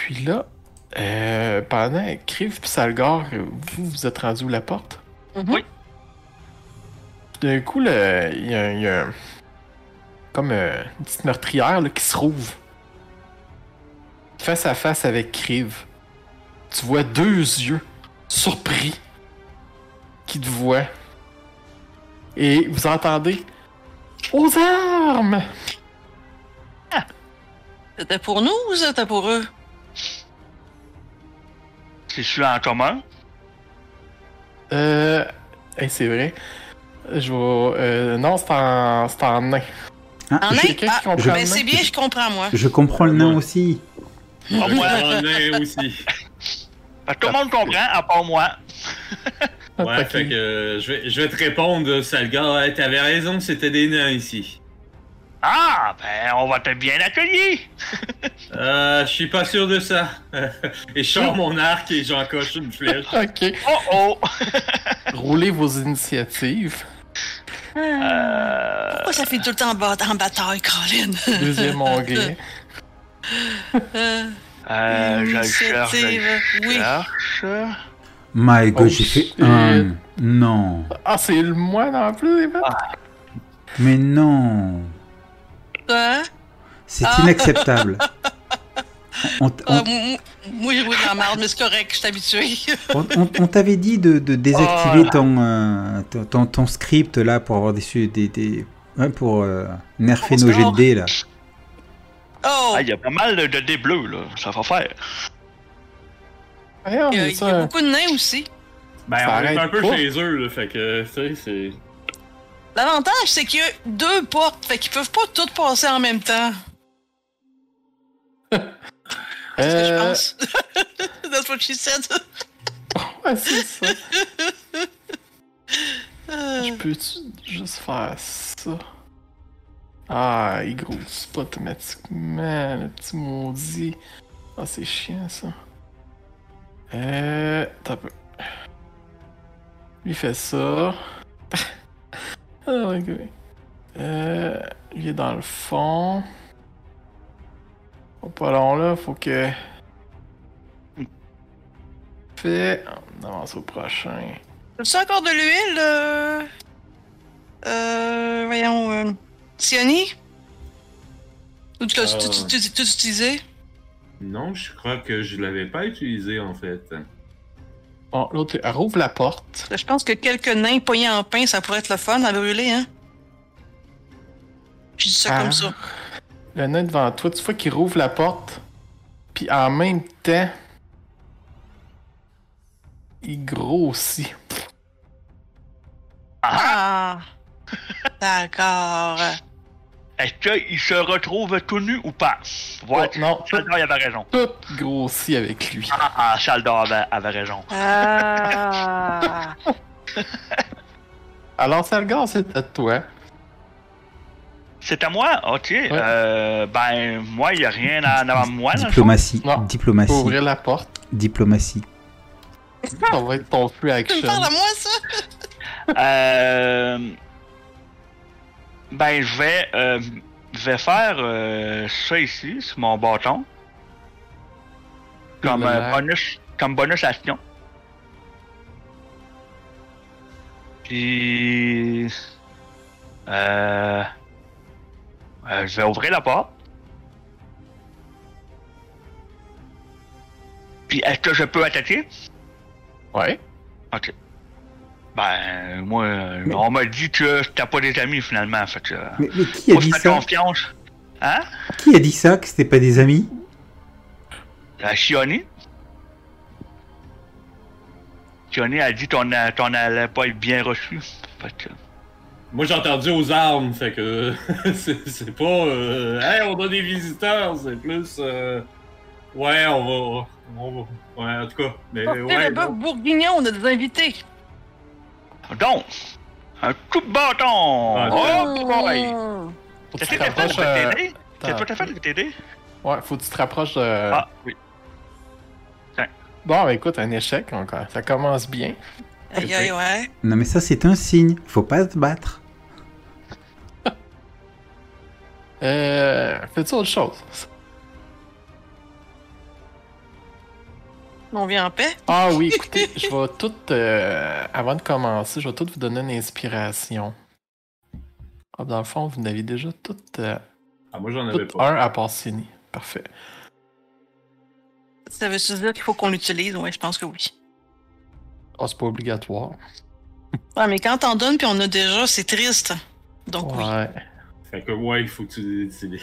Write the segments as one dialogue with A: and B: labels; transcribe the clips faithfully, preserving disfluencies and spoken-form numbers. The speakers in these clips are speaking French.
A: puis là, euh, pendant Crive et Salgar, vous vous êtes rendu où la porte?
B: Mm-hmm.
C: Oui.
A: D'un coup, là, il y a, il y a comme euh, une petite meurtrière là, qui se rouvre. Face à face avec Crive. Tu vois deux yeux surpris qui te voient. Et vous entendez aux armes!
B: C'était pour nous ou c'était pour eux?
C: C'est celui en commun.
A: Euh. Hey, c'est vrai. Je vais. Euh, non, c'est en. C'est en nain.
B: En nain?
A: Quelqu'un qui
B: Ah,
A: comprend
B: ben
A: le
B: c'est
A: nain?
B: bien, je comprends, moi.
D: Je comprends le nom aussi.
C: Ah, moi.
E: En nain aussi.
C: Fait que tout le monde comprend, à part moi.
E: Ouais,
A: Ok.
E: fait que euh, je vais, je vais te répondre, Salgar. Hey, t'avais raison, c'était des nains ici.
C: Ah, ben, on va te bien accueillir.
E: Euh, je suis pas sûr de ça. Et je sors mon arc et j'en coche une flèche.
A: Ok.
C: Oh oh.
A: Roulez vos initiatives.
C: Euh...
B: Pourquoi ça fait tout le temps en, bat- en bataille, Colin?
A: Deuxième onglet.
B: Euh,
C: Euh, je le cherche, je
B: Initiative,
C: le
B: oui.
C: cherche.
D: My god,
A: Oh,
D: j'ai fait
A: shit.
D: un. Non.
A: Ah, c'est le moine en plus, les
C: Ah.
D: Mais non.
B: Hein?
D: C'est
B: Ah.
D: inacceptable. On, t-
B: Ah,
D: on-
B: moi, moi, j'ai roulé dans la marde, mais c'est correct, je suis habitué.
D: on- on- on t'avait dit de, de désactiver
C: Ah.
D: ton, euh, ton, ton, ton script là pour avoir des. su- des, des ouais, pour euh, nerfer
B: Mon
D: nos jets
B: score.
D: de dés là.
B: Oh!
C: Ah, il y a pas mal de, de dés bleus, là. Ça va faire.
A: Voyons,
B: Il y a,
A: mais
B: il y
A: ça,
B: a beaucoup de nains aussi.
E: Ben,
A: Ça
E: on est
A: arrête
E: un peu
A: pas.
E: chez eux, là. Fait que, tu sais, c'est.
B: L'avantage, c'est qu'il y a deux portes, fait qu'ils peuvent pas toutes passer en même temps. C'est ce que je
A: Euh,
B: pense. That's what she said.
A: Ouais, c'est ça.
B: Euh,
A: Je peux-tu juste faire ça? Ah, il grossit pas automatiquement, le petit maudit. Ah, c'est chiant, ça. Euh... T'as un peu. Lui fait ça. Ah, ok. Euh... Il est dans le fond. Oh, pas long, là. Faut que... Fait... On avance au prochain.
B: As-tu encore de l'huile? Euh... euh voyons... Euh... Sioni? Ou tu l'as
E: Ah.
B: tout, tout, tout, tout utilisé?
E: Non, je crois que je l'avais pas utilisé, en fait.
A: Bon, l'autre, elle rouvre la porte.
B: Je pense que quelques nains poignés en pain, ça pourrait être le fun à brûler, hein? Je dis ça
A: Ah.
B: comme ça.
A: Le nain devant toi, tu vois qu'il rouvre la porte, puis en même temps, il grossit.
B: Ah! D'accord.
C: Est-ce qu'il se retrouve tout nu ou pas?
A: Oh,
C: Voilà.
A: non, tout,
C: Chaldor il avait raison.
A: tout grossit avec lui.
C: Ah, ah Chaldor avait, avait raison.
B: Ah!
A: Alors, Salgar, c'est à toi.
C: C'est à moi? Ok. Euh, ben, moi, il n'y a rien en avant de moi. dans le fond.
D: Diplomatie.
A: Non.
D: Diplomatie.
A: Faut ouvrir la porte.
D: Diplomatie.
A: Ça va être ton free
B: Tu me
A: action.
B: parles à moi, ça?
C: Euh, ben, je vais, euh, je vais faire euh, ça ici, sur mon bâton. Comme
A: Le
C: euh,
A: lac.
C: bonus, comme bonus action. Puis, euh, euh, je vais ouvrir la porte. Puis, est-ce que je peux attaquer?
A: Ouais.
C: Ok. Ben, moi, euh, on m'a dit que t'as pas des amis finalement, fait que. euh,
D: Mais, mais qui a
C: Moi, je
D: dit
C: fais
D: ça?
C: confiance. Hein?
D: Qui a dit ça? Que c'était pas des amis?
C: La Chioni. Chioni a dit qu'on a- qu'on allait pas être bien reçu. Fait que.
E: Moi, j'ai entendu aux armes, fait que. c'est c'est pas. Euh, hey, on a des visiteurs, c'est plus. Euh, ouais, on va. On va. Ouais, en tout cas. Mais
B: Portez
E: ouais.
B: le bœuf
E: non.
B: bourguignon, on a des invités.
C: Donc, un coup de bâton!
E: Ah,
C: Oh boy!
A: Faut que
C: Qu'est-ce
A: tu
C: que
A: te
C: t'as fait
A: rapproches.
C: avec
A: euh,
C: t'aider? Qu'est-ce que t'as fait avec t'aider?
A: Ouais, faut que tu te rapproches de.
C: Ah, oui.
A: Bon, ben écoute, un échec encore. Ça commence bien.
B: Aïe, aïe, ouais.
D: Non, mais ça, c'est un signe. Faut pas se battre.
A: Euh. Fais-tu autre chose?
B: On vient en paix.
A: Ah oui, écoutez, je vais tout... euh, avant de commencer, je vais tout vous donner une inspiration. Ah, dans le fond, vous n'avez déjà tout... euh,
E: Ah, moi, j'en avais
A: tout
E: pas.
A: un à part Sini. Parfait.
B: Ça veut dire qu'il faut qu'on l'utilise? Ouais, je pense que oui.
A: Ah, c'est pas obligatoire.
B: Ouais, mais quand t'en donnes puis on a déjà, c'est triste. Donc oui.
A: Ouais.
E: Fait que, ouais, il faut que tu l'utilises.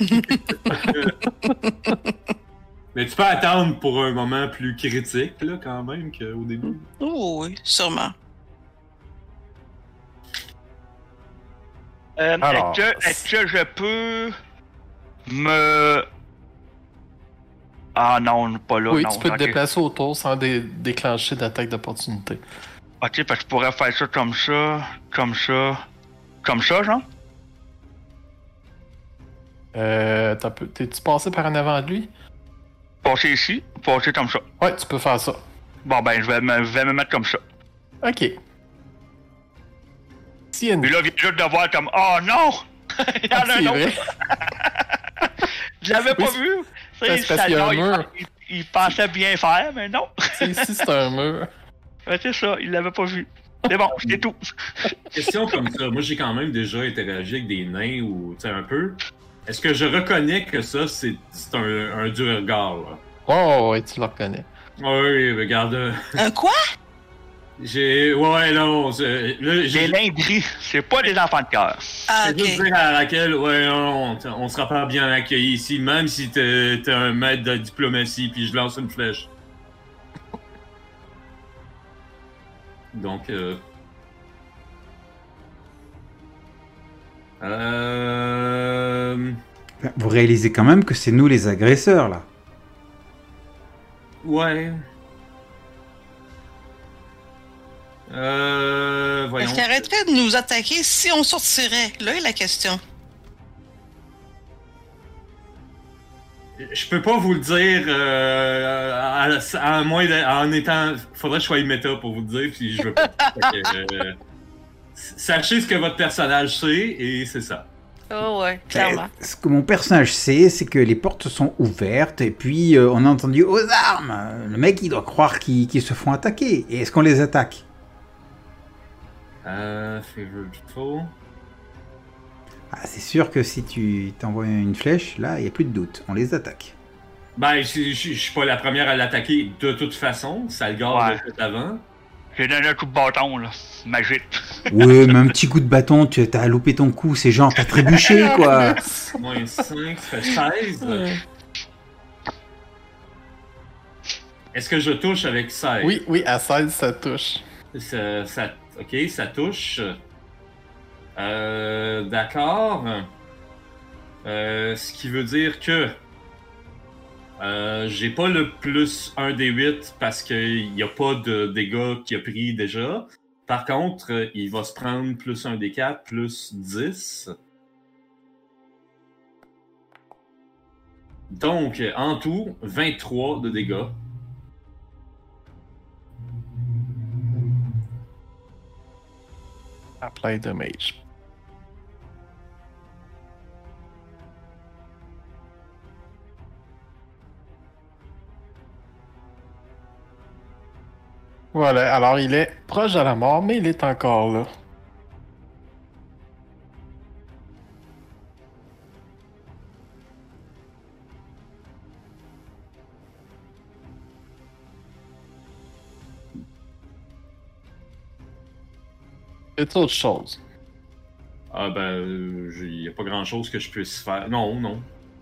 E: Mais tu peux attendre pour un moment plus critique, là, quand même, qu'au début.
B: Oh oui, sûrement.
C: Euh,
A: Alors,
C: est-ce que, est-ce que je peux me... Ah non, pas là.
A: Oui,
C: non,
A: tu peux te
C: ok.
A: déplacer autour sans dé- déclencher d'attaque d'opportunité.
C: Ok, parce que je pourrais faire ça comme ça, comme ça, comme ça, genre?
A: Euh, t'as peu- T'es-tu passé par en avant de lui?
C: Passer ici, passer comme ça.
A: Ouais, tu peux faire ça.
C: Bon ben, je vais me, je vais me mettre comme ça.
A: Ok. Tiens,
C: Puis là, il vient juste de voir comme, oh non! Il y en a
A: c'est
C: un autre.
A: vrai.
C: Je l'avais pas
A: Oui,
C: vu. Tu sais,
A: c'est parce qu'il y a un
C: il-
A: mur.
C: Il, il pensait bien faire, mais non.
A: C'est ici, c'est un mur.
C: Ouais, c'est ça, il l'avait pas vu. C'est bon, c'est tout.
E: Question comme ça, moi j'ai quand même déjà interagi avec des nains ou, tu sais, un peu. Est-ce que je reconnais que ça, c'est c'est un, un Duergar, là?
A: Oh, ouais, tu le reconnais.
E: Oui, regarde. euh,
B: Un quoi?
E: J'ai. Ouais, non. c'est- Là,
C: Les
E: j'ai.
C: nains gris, c'est pas des enfants de cœur.
B: Ah,
E: Je veux
B: ok.
E: dire à laquelle, ouais, non, on, on sera pas bien accueilli ici, même si t'es t'es un maître de diplomatie, puis je lance une flèche. Donc, euh... Euh...
D: Vous réalisez quand même que c'est nous les agresseurs, là.
E: Ouais. Euh... Voyons.
B: Est-ce qu'il arrêterait de nous attaquer si on sortirait? Là est la question.
E: Je peux pas vous le dire, euh, à, à moins de, en étant... Faudrait que je sois méta pour vous le dire, puis je veux pas. Fait que, euh, sachez ce que votre personnage sait, et c'est ça.
B: Oh ouais,
D: Eh,
B: clairement.
D: Ce que mon personnage sait, c'est que les portes sont ouvertes, et puis euh, on a entendu « aux armes !» Le mec, il doit croire qu'ils qu'ils se font attaquer. Et est-ce qu'on les attaque?
E: Euh... Favorite foe...
D: Ah, c'est sûr que si tu t'envoies une flèche, là, il n'y a plus de doute. On les attaque.
E: Ben, je je- je suis pas la première à l'attaquer de toute façon, ça le garde
C: Ouais.
E: l'a fait avant.
C: J'ai donné un coup de bâton, là. Magique.
D: Ouais, mais un petit coup de bâton, tu as loupé ton coup, c'est genre, t'as trébuché, quoi.
E: Moins cinq, ça fait seize. Est-ce que je touche avec seize?
A: Oui, oui, à seize, ça touche.
E: Ça, ça- ok, ça touche. Euh, D'accord. Euh, ce qui veut dire que euh, j'ai pas le plus un des huit parce qu'il n'y a pas de dégâts qu'il a pris déjà. Par contre, euh, il va se prendre plus un des quatre, plus dix. Donc, en tout, vingt-trois de dégâts.
A: Apply damage. Voilà, alors il est proche de la mort, mais il est encore là. C'est autre chose.
E: Ah ben, il n'y a pas grand-chose que je puisse faire. Non, non.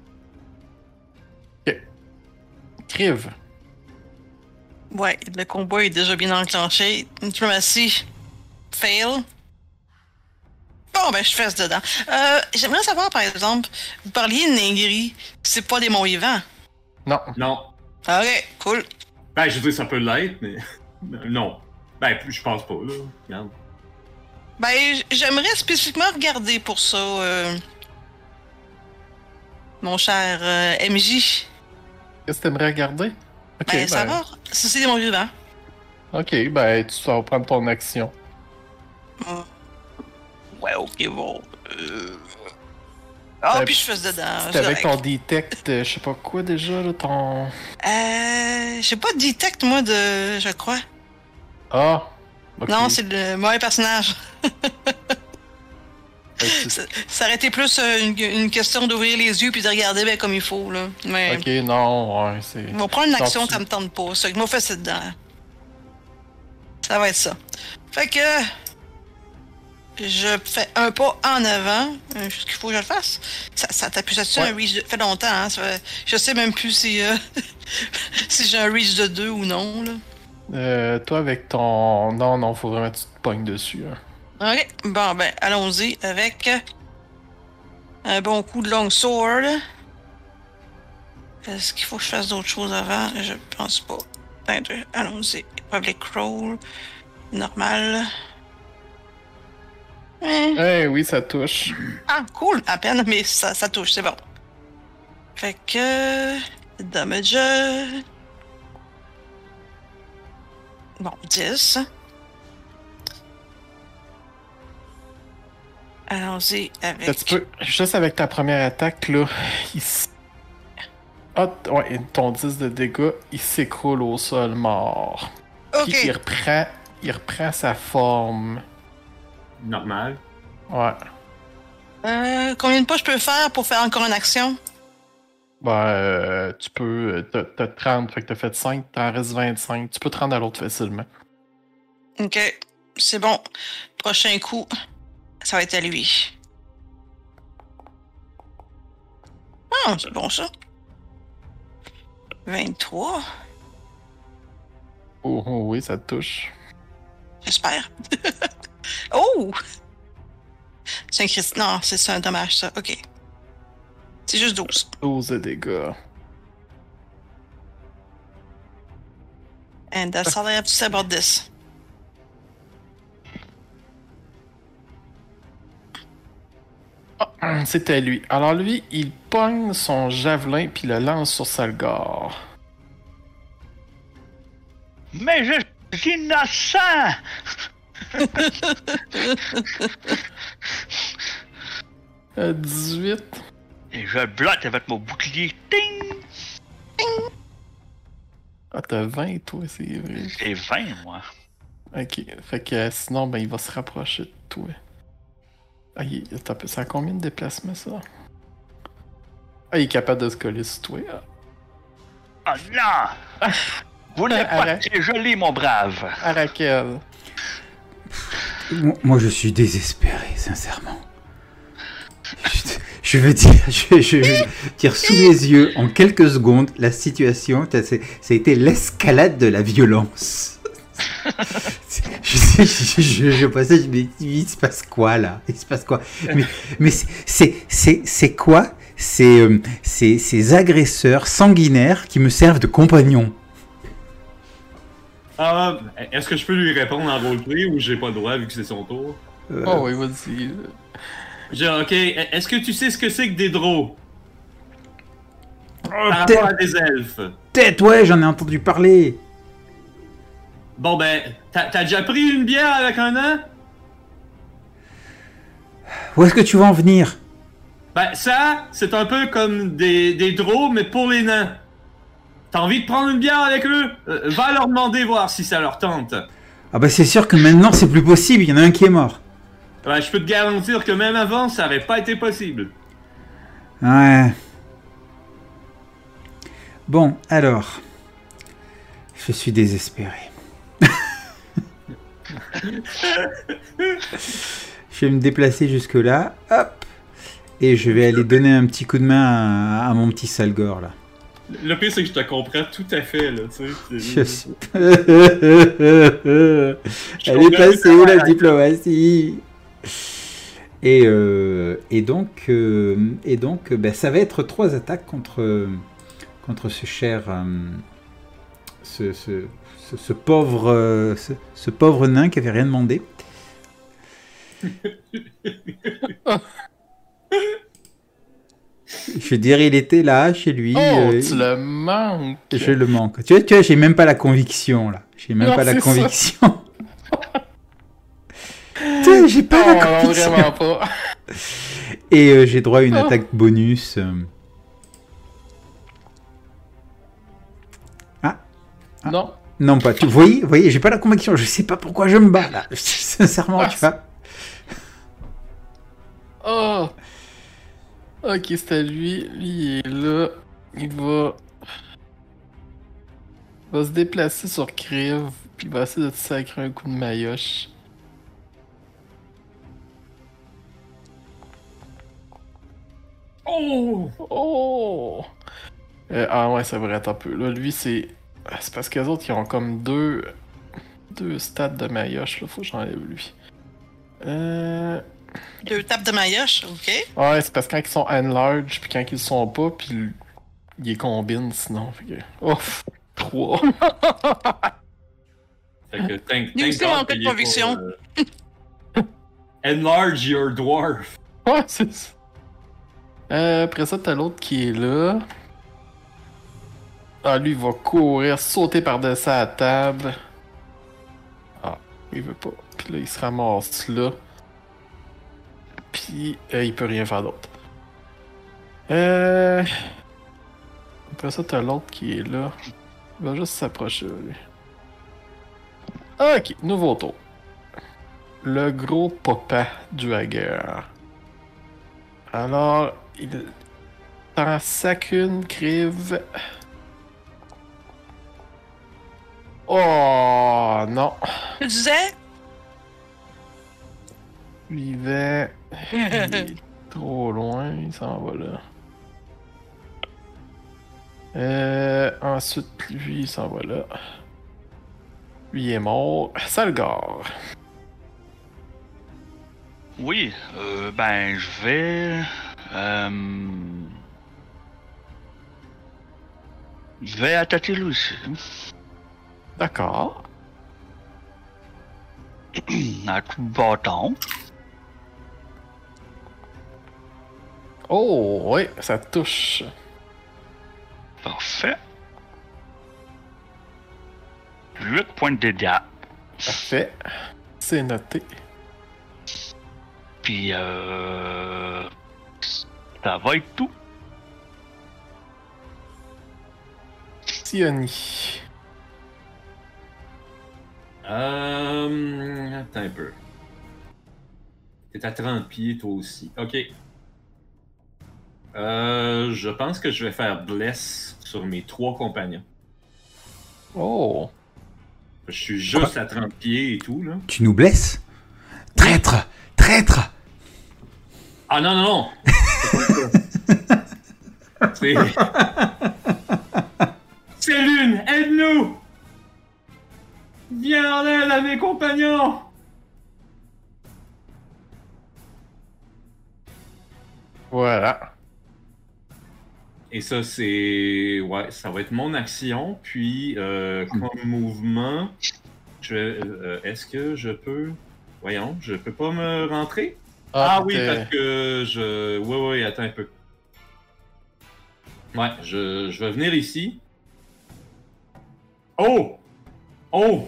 A: Crive.
B: Ouais, le combat est déjà bien enclenché. Diplomatie. Fail. Bon, ben, je fesse dedans. Euh, j'aimerais savoir, par exemple, vous parliez de Ningri. C'est pas des monts vivants.
A: Non.
E: Non.
B: Ok, cool.
E: Ben, je veux dire, ça peut l'être, mais... non. Ben, je pense pas, là. Regarde.
B: Ben, j- j'aimerais spécifiquement regarder pour ça, euh, mon cher euh, M J.
A: Qu'est-ce que t'aimerais regarder? Ok,
B: Ben, savoir si c'est des monts vivants.
A: Ok, ben tu vas prendre ton action.
B: Ouais, ok, bon. Euh... Ah,
A: Euh,
B: puis je fais dedans.
A: C'est
B: c'est
A: avec ton
B: correct.
A: detect, euh, je sais pas quoi déjà, là, ton...
B: Euh. J'ai pas de detect, moi, de. Je crois.
A: Ah! ok.
B: Non, c'est le mauvais personnage.
A: Fait que c'est-
B: Ça, ça aurait été plus euh, une, une question d'ouvrir les yeux puis de regarder ben, comme il faut, là. Mais.
A: Ok, non, ouais, c'est...
B: On va prendre une action,
A: T'en-
B: ça me tente pas. Ça, moi, fais ça dedans. Ça va être ça. Fait que. Je fais un pas en avant. Euh, ce qu'il faut que je le fasse. Ça, ça t'appuie ça dessus
A: Ouais.
B: un reach de. Ça fait longtemps, hein. Ça fait- je sais même plus si. euh, si j'ai un reach de deux ou non, là.
A: Euh, toi, avec ton... Non, non, faut vraiment que tu te pognes dessus, hein.
B: Ok. Bon, ben, allons-y avec. Un bon coup de long sword. Est-ce qu'il faut que je fasse d'autres choses avant? Je pense pas. Ben, deux. Allons-y. Public crawl. Normal. Eh.
A: Eh oui, ça touche.
B: Ah, cool, à peine, mais ça, ça touche, c'est bon. Fait que. Damage. Bon, dix. Allons-y
A: Là,
B: avec.
A: tu peux... Juste avec ta première attaque, là, il s- Ah, t- ouais, ton dix de dégâts, il s'écroule au sol mort. Puis il
B: Ok.
A: reprend... Il reprend sa forme.
E: Normal.
A: Ouais.
B: Euh, combien de pas je peux faire pour faire encore une action?
A: Ben, euh, tu peux... euh, T'as t'as trente, fait que t'as fait cinq, t'en restes vingt-cinq. Tu peux te rendre à l'autre facilement.
B: Ok, c'est bon. Prochain coup, ça va être à lui. Ah, c'est bon ça. vingt-trois,
A: Oh, oh oui, ça te touche.
B: j'espère. Oh! C'est un Christ. Non, c'est ça, un dommage ça. Ok. C'est juste douze.
A: douze de dégâts.
B: And that's all I have to say about this.
A: Ah, c'était lui. Alors lui, il pogne son javelin puis le lance sur Salgar.
C: Mais je suis innocent!
A: Euh, dix-huit.
C: Et je le bloque avec mon bouclier. Ting!
A: Ah, t'as vingt, toi, c'est vrai.
C: J'ai vingt, moi.
A: Ok, fait que euh, sinon, ben, il va se rapprocher de toi. Ah, il, attends un peu, ça a combien de déplacements, ça? Ah, il est capable de se coller sur toi. Ah.
C: Oh non! Vous n'êtes pas
A: Arrête.
C: très joli, mon brave.
A: Arakel.
D: Moi, moi, je suis désespéré, sincèrement. Je, je veux dire, je, je veux dire sous mes yeux, en quelques secondes, la situation, ça, c'est- ça a été l'escalade de la violence. Je sais, je, je, je pensais, je me dis, il se passe quoi là? Il se passe quoi? Mais, mais c'est- c'est c'est- c'est quoi ces, euh, ces, ces agresseurs sanguinaires qui me servent de compagnons?
E: Ah, est-ce que je peux lui répondre en roleplay ou j'ai pas le droit vu que c'est son tour?
D: Euh,
A: Oh oui, vas-y.
E: Genre, ok, est-ce que tu sais ce que c'est que des drôles? Par
D: Peut-
E: rapport à des elfes.
D: Peut-être, ouais, j'en ai entendu parler.
E: Bon ben, t'as t'as déjà pris une bière avec un nain?
D: Où est-ce que tu vas en venir?
E: Ben ça, c'est un peu comme des, des drôles, mais pour les nains. T'as envie de prendre une bière avec eux? Euh, va leur demander voir si ça leur tente.
D: Ah bah c'est sûr que maintenant c'est plus possible, il y en a un qui est mort.
E: Ouais, je peux te garantir que même avant, ça aurait pas été possible.
D: Ouais. Bon, alors. Je suis désespéré. Je vais me déplacer jusque là. Hop. Et je vais aller donner un petit coup de main à, à mon petit Salgor là.
E: Le pire, c'est que je te comprends tout à fait, là, tu
D: Je
E: sais.
D: suis... Elle est passée où la diplomatie? Et, euh, et donc, euh, et donc ben, ça va être trois attaques contre, contre ce cher, euh, ce, ce, ce, ce pauvre, euh, ce, ce pauvre nain qui avait rien demandé. Je veux dire, il était là, chez lui.
A: Oh,
D: euh,
A: tu le manques.
D: Je le manque. Tu vois, tu vois, j'ai même pas la conviction là. J'ai même
A: Non,
D: pas la
A: c'est ça.
D: conviction. Tu sais, j'ai pas
A: Oh,
D: la
A: non,
D: conviction.
A: vraiment pas.
D: Et euh, j'ai droit à une
A: Oh.
D: attaque bonus. euh. Ah,
A: Non.
D: non, pas. Tu voyez, voyez, j'ai pas la conviction. Je sais pas pourquoi je me bats là. Sincèrement,
A: Ah,
D: tu vois.
A: Oh! Ok, c'est à lui. Lui, il est là. Il va. Il va se déplacer sur Kriv, puis il va essayer de te sacrer un coup de maillotche.
E: Oh!
A: Oh! Euh, ah ouais, ça va être un peu. Là, lui, c'est. C'est parce qu'eux autres, ils ont comme deux. Deux stats de maillotche, là. Faut que j'enlève lui. Euh.
B: Deux tapes de maillotche, ok.
A: Ouais, c'est parce que quand ils sont enlarge, puis quand ils le sont pas, puis il- il les combine sinon. Fait que. Ouf! Trois!
E: Fait que thank,
B: Lui
E: thank
B: aussi
E: God
B: manquait de
E: qu'il est pas,
B: conviction.
E: euh, Enlarge your dwarf.
A: Ouais, c'est ça. Euh, après ça, t'as l'autre qui est là. Ah, lui, il va courir, sauter par-dessus la table. Ah, il veut pas. Puis là, il se ramasse là. Puis, euh, il peut rien faire d'autre. Euh... Après ça, t'as l'autre qui est là. Il va juste s'approcher, lui. Ok, nouveau tour. Le gros papa du hacker. Alors, il t'en sac une, Kriv. Oh non.
B: Tu disais?
A: Lui, il va. Il est trop loin, il s'en va là. Euh, ensuite, lui, il s'en va là. Lui, il est mort. Salgar.
C: Oui, euh, ben, je vais. Euh, je vais attaquer lui aussi.
A: D'accord.
C: À coup de bâton.
A: Oh, oui, ça touche.
C: Parfait. huit points de dégâts.
A: Parfait. C'est noté.
C: Puis, euh. Ça va être tout.
A: Sioni.
E: Euh... Attends un peu. T'es à trente pieds, toi aussi. Ok. Euh, je pense que je vais faire Bless sur mes trois compagnons.
A: Oh.
E: Je suis juste à trente pieds et tout, là.
D: Tu nous blesses? Traître! Traître!
E: Ah non, non, non! C'est... C'est Lune! Aide-nous! Viens en aide à mes compagnons!
A: Voilà.
E: Et ça, c'est... Ouais, ça va être mon action. Puis, euh, comme mouvement, je... euh, est-ce que je peux... Voyons, je peux pas me rentrer? Ah, oui,
A: t'es-
E: parce que je... Oui, oui, attends un peu. Ouais, je, je vais venir ici. Oh! Oh!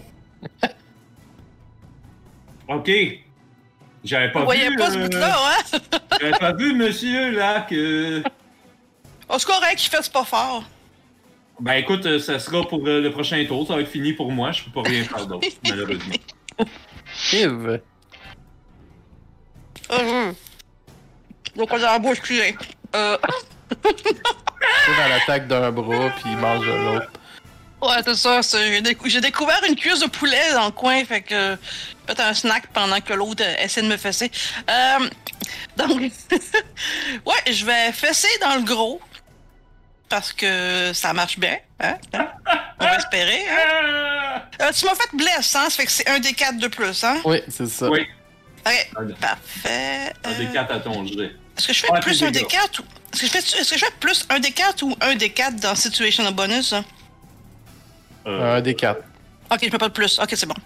E: Ok. J'avais pas
B: Vous voyez
E: vu...
B: pas ce
E: euh,
B: bout-là, hein?
E: J'avais pas vu, monsieur, là, que...
B: Oh, c'est correct, il fait pas fort.
E: Ben écoute, euh, ça sera pour euh, le prochain tour. Ça va être fini pour moi. Je peux pas rien faire d'autre, malheureusement.
A: Yves.
B: Euh, Donc, on a la bouche excusez. Euh,
A: C'est dans l'attaque d'un bras, puis il mange de l'autre.
B: ouais, c'est ça. c'est- J'ai, décou- j'ai découvert une cuisse de poulet dans le coin, fait que peut-être un snack pendant que l'autre euh, essaie de me fesser. Euh, donc, ouais, je vais fesser dans le gros. Parce que ça marche bien, hein? hein? On va espérer, hein? Euh, tu m'as fait bless, hein? Ça fait que c'est un des quatre de plus, hein?
A: Oui, c'est ça.
E: Oui,
B: Ok,
E: un,
B: parfait.
E: un des
B: Euh,
E: quatre à ton jet.
B: Est-ce que je fais
E: Ouais,
B: plus
E: tes
B: un des
E: dégâts.
B: quatre ou... Est-ce que je fais, est-ce que je fais plus un des quatre ou un des quatre dans Situation of Bonus? Hein?
E: Euh,
A: Un des quatre.
B: Ok, je mets pas de plus. Ok, c'est bon.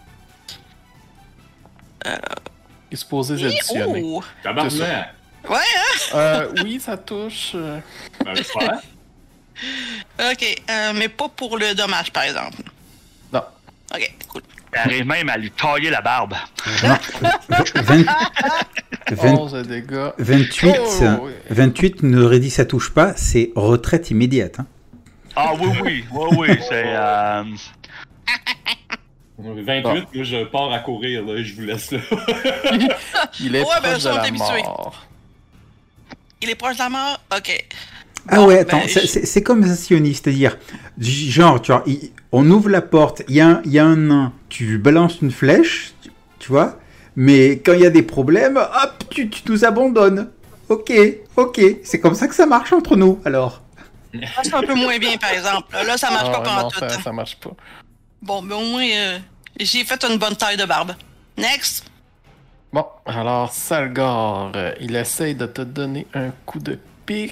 A: Il est supposé additionner.
B: Oh!
E: Tabarnak!
B: Ouais, hein?
A: Euh, oui, ça touche. euh,
E: Ben, j'espère.
B: Ok, euh, mais pas pour le dommage, par exemple.
A: Non.
B: Ok, cool.
C: Il arrive même à lui tailler la barbe.
D: vingt- vingt
A: onze de dégâts.
D: vingt-huit,
A: Oh!
D: vingt-huit nous aurait dit ça touche pas, c'est retraite immédiate. Hein.
C: Ah oui, oui, oui, oui, c'est... Euh...
E: vingt-huit,
A: Bon.
E: moi je pars à courir, là, je vous laisse là.
A: Il est
B: Ouais, ben,
A: proche
B: ça,
A: de
B: on
A: la
B: est habitué.
A: mort.
B: Il est proche de la mort? Ok.
D: Ah
B: Bon,
D: ouais, attends,
B: ben,
D: c'est-
B: je-
D: c'est c'est comme Sioni, c'est-à-dire, j- genre, tu vois, il- on ouvre la porte, il y, a un- il y a un nain, tu balances une flèche, tu, tu vois, mais quand il y a des problèmes, hop, tu, tu nous abandonnes. Ok, ok, c'est comme ça que ça marche entre nous, alors.
B: Là, c'est un peu moins bien, par exemple. Là, ça marche
A: Ah
B: pas
A: ouais,
B: pendant
A: non,
B: tout.
A: ça, ça marche pas.
B: Bon, mais au moins, euh, j'ai fait une bonne taille de barbe. Next!
A: Bon, alors Salgar, euh, il essaye de te donner un coup de pique.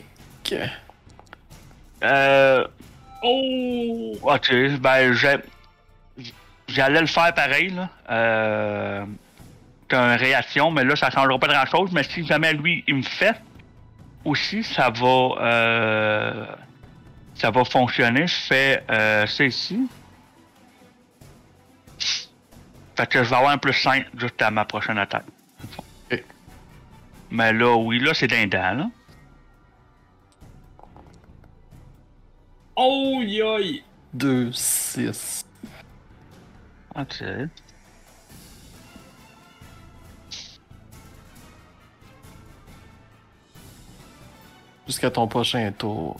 C: Euh... Oh! Ok, ben, j'ai... J'allais le faire pareil, là. Euh... C'est une réaction, mais là, ça changera pas grand-chose. Mais si jamais lui, il me fait, aussi, ça va... Euh... Ça va fonctionner. Je fais euh, ça ici. Fait que je vais avoir un plus cinq juste à ma prochaine attaque.
A: Ok.
C: Mais là, oui, là, c'est d'un dent, là.
E: Oh, yoï!
A: deux, six.
C: Ok.
A: Jusqu'à ton prochain tour.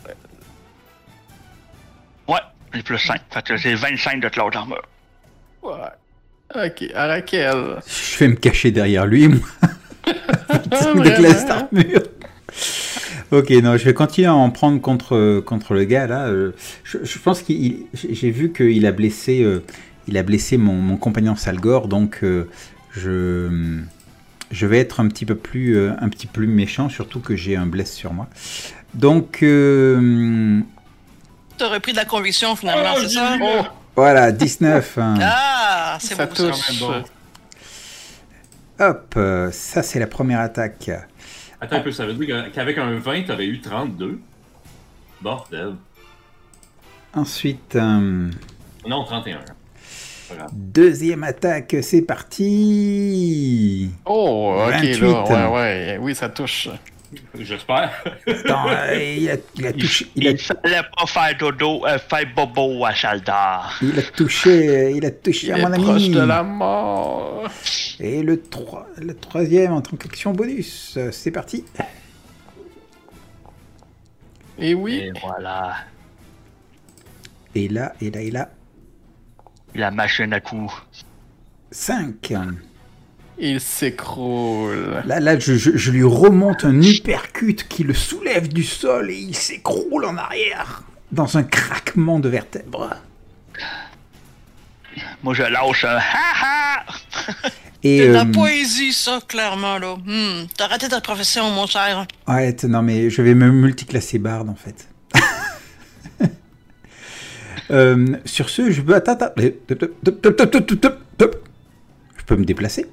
C: Ouais, j'ai plus cinq. Fait que j'ai vingt-cinq de cloud armor.
A: Ouais. Ok, Arakel.
D: Je vais me cacher derrière lui, moi,
A: Ah,
D: de glace
A: vraiment?
D: d'armure. Ok, non, je vais continuer à en prendre contre, contre le gars, là. Euh, Je, je pense qu'il... J'ai vu qu'il a blessé, euh, il a blessé mon, mon compagnon Salgor, donc euh, je... Je vais être un petit peu plus, euh, un petit peu plus méchant, surtout que j'ai un bless sur moi. Donc, euh,
B: T'as repris de la conviction, finalement,
E: Oh,
B: c'est
E: j'ai
B: ça?
E: vu.
A: Oh,
D: voilà, dix-neuf. hein.
B: Ah, c'est
A: ça
B: beau, ça.
A: touche.
E: bon.
D: Hop, euh, ça c'est la première attaque.
E: Attends un peu, ça veut dire que- qu'avec un vingt, t'aurais eu trente-deux. Bordel.
D: Ensuite, euh,
E: Non, trente et un. Pas grave.
D: deuxième attaque, c'est parti.
A: Oh, ok,
D: vingt-huit.
A: là, ouais, ouais, oui, ça touche.
E: J'espère.
D: Attends, euh, il, a, il a touché, il a,
C: Il fallait pas faire dodo, euh, faire bobo à Saldar.
D: il a touché, il a touché
A: Il
D: à
A: est
D: mon ami.
A: proche de la mort.
D: Et le, trois- le troisième en tant qu'action bonus, euh, c'est parti.
A: Et oui,
C: Et voilà.
D: Et là, et là, et là,
C: La machine à coups.
D: cinq.
A: il s'écroule.
D: Là, là, je, je- je lui remonte un uppercut qui le soulève du sol et il s'écroule en arrière dans un craquement de vertèbres.
C: Moi, je lâche un ha-ha!
D: Et
B: C'est de la
D: euh,
B: poésie, ça, clairement, là. Hmm, t'as raté ta profession, mon cher.
D: ouais, t- non mais je vais me multiclasser barde en fait. Euh, sur ce, je peux attends, attends. Top, top, top, top, top, top, top, top. Je peux me déplacer.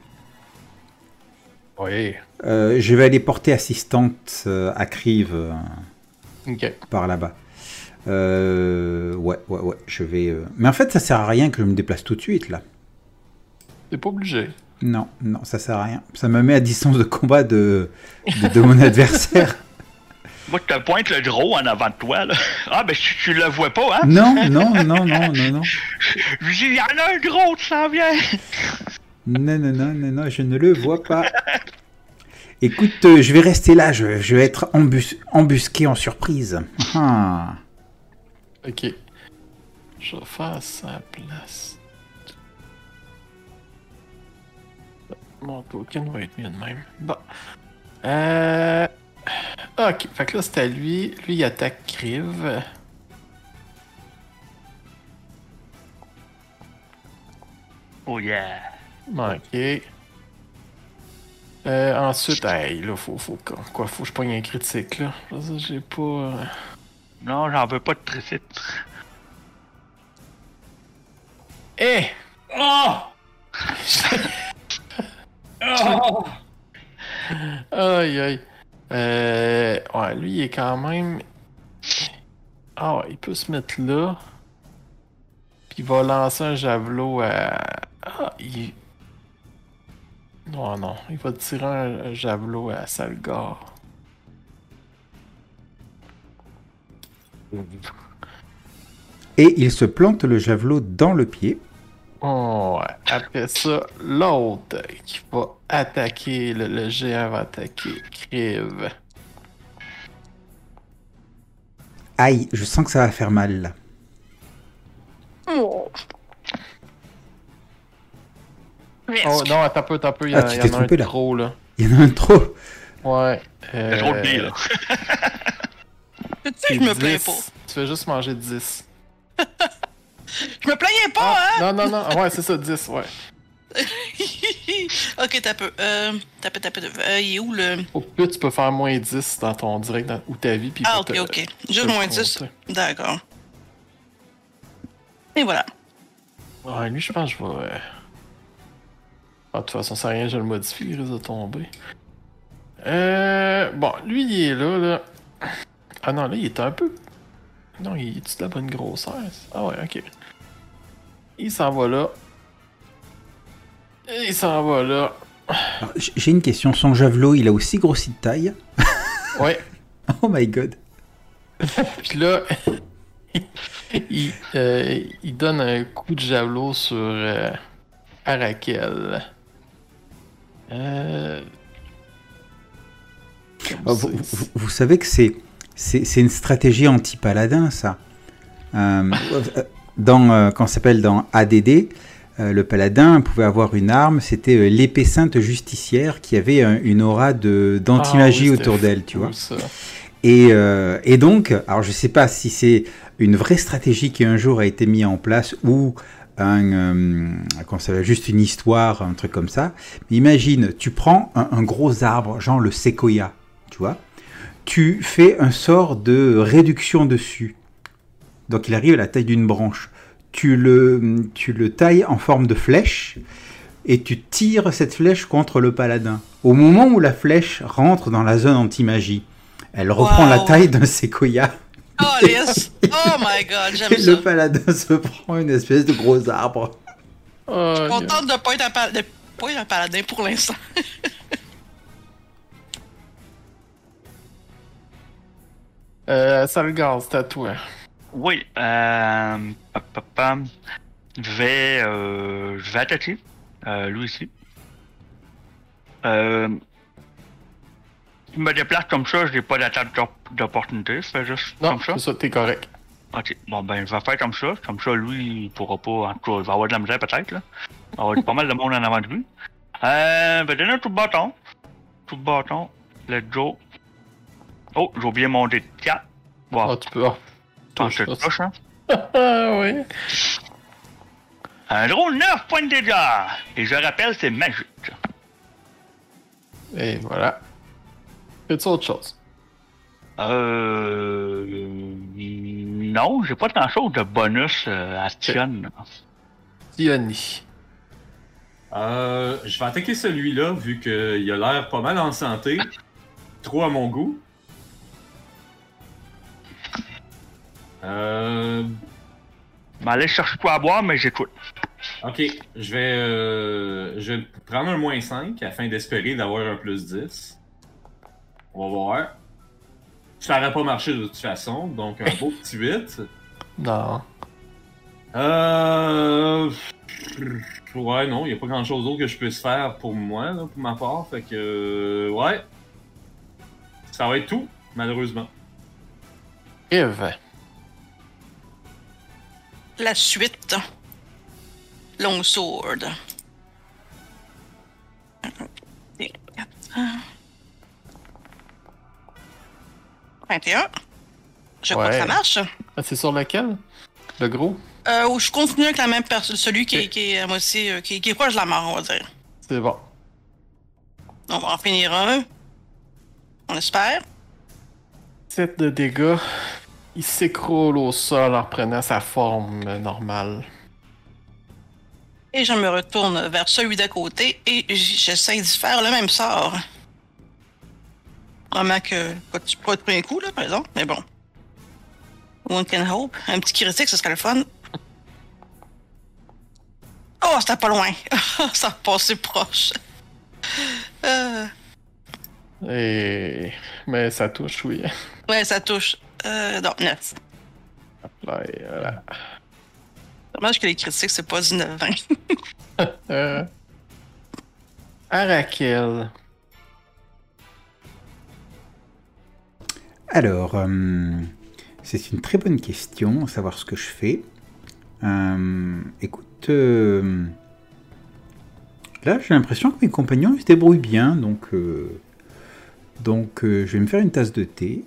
A: Oui.
D: Euh, je vais aller porter assistante euh, à Crive euh,
A: Ok.
D: par là-bas. Euh, ouais, ouais, ouais, je vais. euh, Mais en fait, ça sert à rien que je me déplace tout de suite là.
A: T'es pas obligé.
D: Non, non, ça sert à rien. Ça me met à distance de combat de, de, de mon adversaire.
C: Moi, je te pointe le gros en avant de toi, là. Ah, ben, tu, tu le vois pas, hein?
D: Non, non, non, non, non, non.
C: Je dis, il y en a un gros qui s'en vient!
D: Non, non, non, non, non, je ne le vois pas. Écoute, euh, je vais rester là, je, je vais être embus- embusqué en surprise. Ah.
A: Ok. Je vais faire sa place. Mon token va être mieux de même. Bon. Euh... Ok, fait que là c'était à lui. Lui il attaque Crive.
C: Oh yeah!
A: Ok. Euh, ensuite, hey, là, faut, faut, quoi, faut que je pogne un critique, là. Parce que j'ai pas... euh,
C: Non, j'en veux pas de tricite.
A: Eh!
E: Oh! Oh!
A: Aïe, aïe. Euh... Ouais, lui, il est quand même... Ah ouais, il peut se mettre là. Puis il va lancer un javelot à... Ah, il... Non, non, il va tirer un javelot à Salgar.
D: Et il se plante le javelot dans le pied.
A: Oh, ouais. Après ça, l'autre qui va attaquer, le, le géant va attaquer Kriv.
D: Aïe, je sens que ça va faire mal là.
B: Oh.
A: Oh non, attends un peu, attends un peu, il y, a,
D: Ah, tu
A: il y
D: t'es
A: en a un
D: trompé, là.
A: trop là.
D: Il y en a un trop.
A: Ouais.
C: Il y
A: Euh,
C: a trop de billes, là.
B: Tu sais,
A: c'est
B: je me plains
A: dix.
B: pas.
A: Tu fais juste manger dix.
B: Je me plaignais pas,
A: Ah,
B: hein?
A: non, non, non, ah, ouais, c'est ça, dix, ouais.
B: Ok, t'as peu. Euh, t'as peu, t'as peu. Euh, il est où le.
A: Au plus, tu peux faire moins dix dans ton direct dans, ou ta vie. Puis
B: Ah,
A: pour
B: ok,
A: te-
B: ok. Juste
A: te
B: moins dix.
A: compter.
B: D'accord. Et voilà.
A: Ouais, lui, je pense que je vais. euh, Ah, de toute façon, ça rien, je le modifie, il risque de tomber. Euh. Bon, lui, il est là, là. Ah non, là, il est un peu. Non, il est de la bonne grosseur. Ah ouais, ok. Il s'en va là. Il s'en va là.
D: Alors, j- J'ai une question. Son javelot, il a aussi grossi de taille.
A: Ouais.
D: Oh my god.
A: Puis là, il, euh, il donne un coup de javelot sur euh, Arakel. Euh... comme
D: Oh, vous,
A: ça,
D: vous- vous savez que c'est c'est c'est une stratégie anti-paladin, ça. Euh, euh, dans euh, quand ça s'appelle dans A D D, euh, le paladin pouvait avoir une arme, c'était euh, l'épée sainte justicière qui avait euh, une aura de d'anti-magie
A: Ah oui,
D: autour
A: c'était
D: d'elle, tu
A: fou,
D: vois.
A: ça.
D: Et, euh, et donc, alors je sais pas si c'est une vraie stratégie qui un jour a été mise en place ou un, euh, comment ça s'appelle, juste une histoire, un truc comme ça. Mais imagine, tu prends un, un gros arbre, genre le séquoia, tu vois. Tu fais un sort de réduction dessus. Donc il arrive à la taille d'une branche. Tu le, tu le tailles en forme de flèche et tu tires cette flèche contre le paladin. Au moment où la flèche rentre dans la zone anti-magie, elle reprend
B: Wow.
D: la taille d'un séquoia
B: Oh, yes! Oh my god, j'aime
D: et
B: ça.
D: le paladin se prend une espèce de gros arbre.
A: Oh,
B: Je suis contente de pas être un, pal- de pas être un paladin pour l'instant.
A: Euh, Salgar, c'est à toi.
C: Oui, euh. pa, pa, pa. Je vais. Euh, je vais attaquer. Euh, lui ici. Euh. Je me déplace comme ça, j'ai pas d'attaque d'op- d'opportunité, je fais juste
A: Non,
C: comme ça.
A: c'est ça, t'es correct.
C: Ok, bon ben je vais faire comme ça, comme ça lui il pourra pas, en tout cas il va avoir de la misère peut-être là. Il va y avoir pas mal de monde en avant de lui. Euh, ben donner un tout de bâton. Tout de bâton, let's go. Oh, j'ai oublié mon dé de quatre. Bon,
A: Ah, tu peux. Ah,
C: tant que je
A: touche,
C: touche hein.
A: ah, oui.
C: Un drôle neuf points de dégâts. Et je rappelle, c'est magique.
A: Et voilà. Fais-tu autre chose?
C: Euh... Non, j'ai pas grand chose de bonus euh, à Tion.
A: Diony.
E: Euh, je vais attaquer celui-là, vu qu'il a l'air pas mal en santé. Trop à mon goût. Euh,
C: Mais allez chercher quoi à boire, mais j'écoute.
E: ok, je vais, euh, je vais prendre un moins cinq afin d'espérer d'avoir un plus dix. On va voir. Ça n'aurait pas marché de toute façon, donc un beau petit huit.
A: Non.
E: Euh... Ouais, non, il n'y a pas grand chose d'autre que je puisse faire pour moi, là, pour ma part. Fait que. euh, Ouais. Ça va être tout, malheureusement.
A: Eve.
B: La suite. Longsword. vingt et un. Je crois
A: Ouais.
B: que ça marche.
A: Ah, c'est sur lequel? Le gros?
B: Euh, ou je continue avec la même personne, celui qui, est-
A: Ok.
B: qui est à moitié, euh, qui, qui est proche de la mort, on va dire.
A: C'est bon.
B: On va en finir un. On espère.
A: sept de dégâts. Il s'écroule au sol en reprenant sa forme euh, normale.
B: Et je me retourne vers celui d'à côté et j- j'essaie d'y faire le même sort. Vraiment que pas de pas de premier coup, là, par exemple, mais bon. One can hope. Un petit critique, ce serait le fun. Oh, c'était pas loin. Ça a passé proche. Euh,
A: Et... Mais ça touche, oui.
B: Ouais, ça touche. Euh, non, neuf.
A: Là, et voilà.
B: Dommage que les critiques, c'est pas du neuf vingt.
A: Euh... Arakel.
D: Alors, euh, c'est une très bonne question, savoir ce que je fais. Euh, écoute, euh, là j'ai l'impression que mes compagnons ils se débrouillent bien, donc, euh, donc euh, je vais me faire une tasse de thé.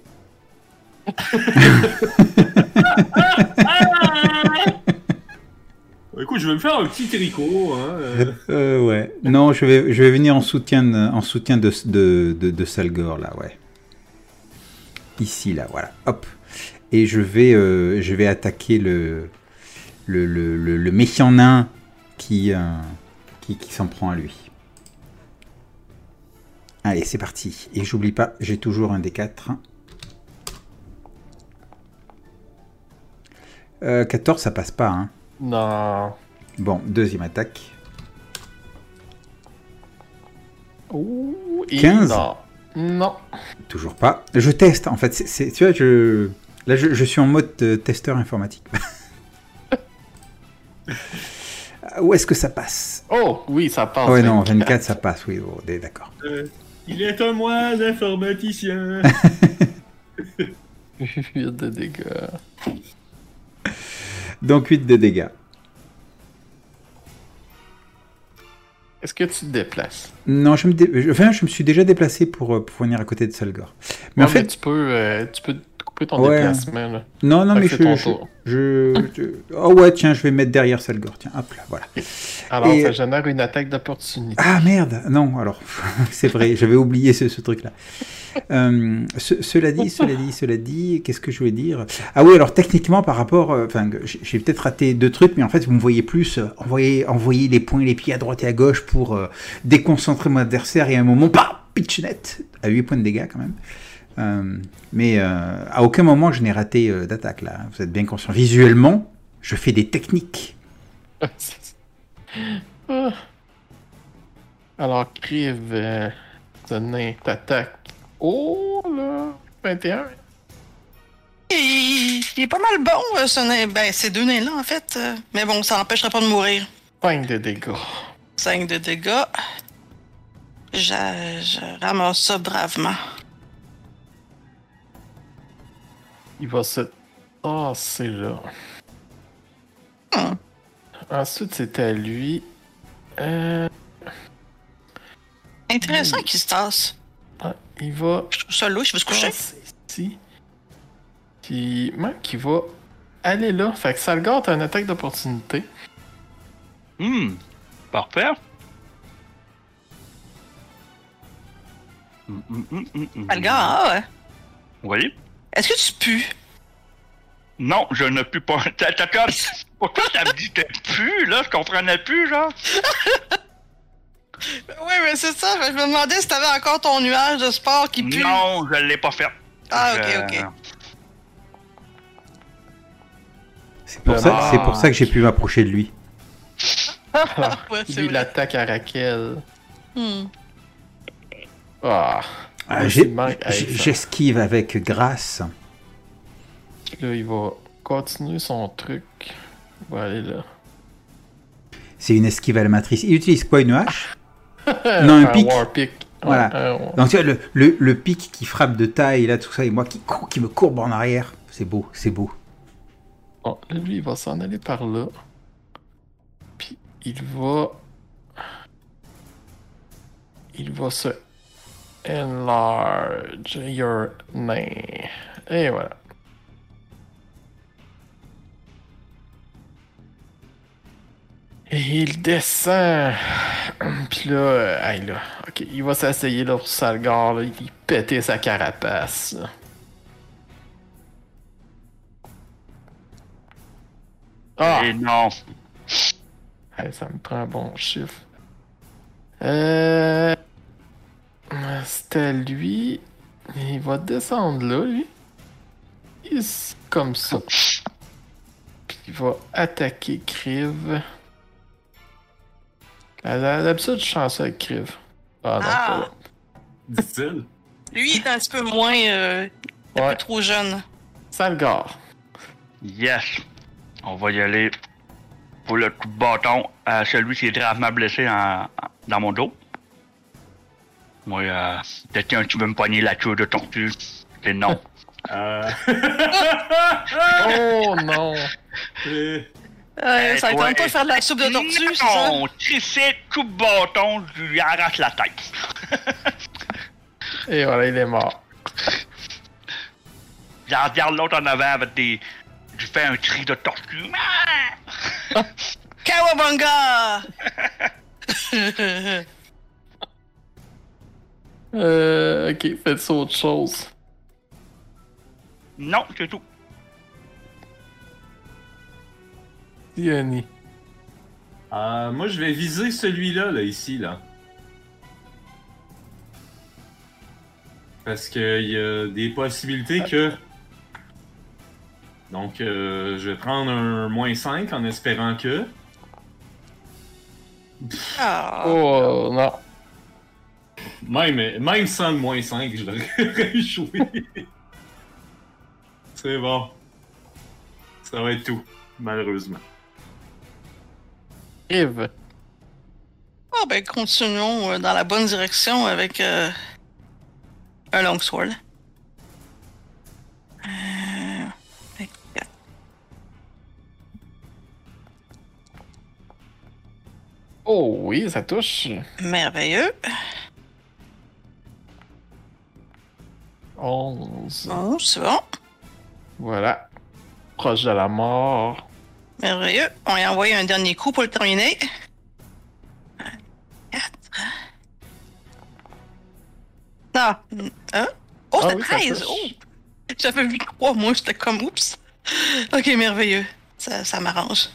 E: Écoute, je vais me faire un petit tricot. Hein, euh.
D: Euh, ouais. Non, je vais, je vais venir en soutien, de, en soutien de, de, de, de Salgor, là, ouais. Ici, là, voilà. Hop. Et je vais, euh, je vais attaquer le, le, le, le, le méchant nain qui, euh, qui, qui s'en prend à lui. Allez, c'est parti. Et j'oublie pas, j'ai toujours un D quatre. Euh, quatorze, ça passe pas, hein.
A: Non.
D: Bon, deuxième attaque.
A: Ouh, et
D: quinze.
A: Non. Non.
D: Toujours pas. Je teste, en fait. C'est, c'est, tu vois, je... Là, je, je suis en mode euh, testeur informatique. Où est-ce que ça passe?
A: Oh, oui, ça passe.
D: Ouais, non, vingt-quatre, ça passe, oui, oh, d'accord.
E: Euh, il est un moine informaticien.
A: huit de dégâts.
D: Donc, huit de dégâts.
A: Est-ce que tu te déplaces?
D: Non, je me, dé... enfin, je me suis déjà déplacé pour, pour venir à côté de Salgor. Mais
A: non,
D: en fait...
A: mais tu peux, euh, tu peux couper ton
D: ouais.
A: déplacement, là.
D: Non, non,
A: Fait
D: mais
A: que
D: je,
A: c'est
D: je,
A: ton
D: je, je... Oh ouais, tiens, je vais me mettre derrière Salgor. Tiens, hop là, voilà.
A: Alors,
D: Et...
A: ça génère une attaque d'opportunité.
D: Ah merde, non, alors, c'est vrai, j'avais oublié ce, ce truc-là. Euh, ce, cela dit, cela dit, cela dit, qu'est-ce que je voulais dire? Ah oui, alors techniquement, par rapport, enfin, euh, j'ai, j'ai peut-être raté deux trucs, mais en fait, vous me voyez plus euh, envoyer, envoyer les poings et les pieds à droite et à gauche pour euh, déconcentrer mon adversaire et à un moment, pas pitch net, à huit points de dégâts quand même. Euh, mais euh, à aucun moment je n'ai raté euh, d'attaque là, vous êtes bien conscient. Visuellement, je fais des techniques.
A: Alors, Kriv, euh, ce nain t'attaque. Oh là, vingt et un.
B: Il, il est pas mal bon, euh, ce nain. Ben, ces deux nains-là, en fait. Euh, mais bon, ça n'empêcherait pas de mourir.
A: cinq de dégâts.
B: cinq de dégâts. Je, je ramasse ça bravement.
A: Il va se tasser là.
B: Hmm.
A: Ensuite, c'est à lui. Euh...
B: Intéressant
A: Oui.
B: qu'il se tasse.
A: Ah, il va
B: Je trouve ça louche, il va se coucher.
A: passer ici. Puis, Mec, il va aller là. Fait que Salgor, t'as une attaque d'opportunité.
C: Hmm, parfait. Hum, hum, hum, hum, hum.
B: Ah, le gars, ah, ouais.
C: Oui.
B: Est-ce que tu pues?
C: Non, je ne pue pas. T'as, t'as comme... Pourquoi t'as me dit que tu pues, là? Je comprenais plus, genre.
B: Oui, mais c'est ça. Je me demandais si t'avais encore ton nuage de sport qui pue.
C: Non, je l'ai pas fait.
B: Ah, ok,
C: Je-
B: ok.
D: C'est pour,
A: Le
D: ça,
A: mort.
D: c'est pour ça que j'ai pu m'approcher de lui.
A: Alors,
B: Ouais, c'est
A: lui, il
B: vrai.
A: attaque à Raquel.
B: Hmm.
A: Ah.
D: Ah,
A: Ouais,
D: j'ai-
A: il manque- hey,
D: j'-
A: ça.
D: J'esquive avec grâce.
A: Là, il va continuer son truc. Il va aller là.
D: C'est une esquive à la matrice. Il utilise quoi, une hache? Non, un pic.
A: War pick.
D: Voilà.
A: Ouais, un war-
D: Donc tu vois, le, le, le pic qui frappe de taille, là, tout ça, et moi qui, cou- qui me courbe en arrière. C'est beau, c'est beau.
A: Bon, là, lui, il va s'en aller par là. Puis, il va... Il va se... Enlarge your name. Et voilà. Et il descend. Puis là, euh, hey, là, ok, il va s'asseyer là pour Salgor, là, il pétait sa carapace. là. Ah!
C: Et non.
A: Hey, ça me prend un bon chiffre. Euh... C'était lui. Il va descendre là, lui. Il s- comme ça. Puis il va attaquer Kriv. À la- D'habitude, je chance avec Kriv. Ah non,
B: Ah.
A: pas là.
E: Dit-il.
B: Lui, il est un petit peu moins. Euh, un
A: Ouais.
B: peu trop jeune.
A: Salgar.
C: Yes. On va y aller pour le coup de bâton à celui qui est gravement blessé en, en- dans mon dos. Moi, euh, quelqu'un qui veut me poigner la queue de tortue, c'est non.
E: Euh...
A: Oh non!
E: Euh,
B: Euh,
C: Eh,
B: ça ne
C: toi,
B: tente pas de faire de la soupe de tortue, c'est ça?
C: Non, tu sais, coup de bâton, je lui arrache la tête.
A: Et voilà, il est mort.
C: J'en regarde l'autre en avant avec des... Je fais un cri de tortue. Ah!
B: Kawabanga!
A: Euh, ok, faites autre chose.
C: Non, c'est tout.
A: Yanni.
E: euh, moi, je vais viser celui-là, là, ici, là. Parce qu'il y a des possibilités que... Donc, euh, je vais prendre un moins cinq en espérant que...
B: Ah.
A: Oh non.
E: Même, même sans le moins cinq, je l'aurais échoué. C'est bon. Ça va être tout, malheureusement.
A: Yves.
B: Oh, ben, continuons euh, dans la bonne direction avec euh, un longsword. Euh, fait que-
A: Oh oui, ça touche.
B: Merveilleux.
A: onze.
B: Bon, c'est bon.
A: Voilà. Proche de la mort.
B: Merveilleux. On lui a envoyé un dernier coup pour le terminer. quatre. Ah. Hein? Oh,
A: Ah
B: c'est
A: oui, ça
B: treize!
A: touche.
B: Oh! J'avais vu trois, moi, j'étais comme oups. Ok, merveilleux. Ça, ça m'arrange.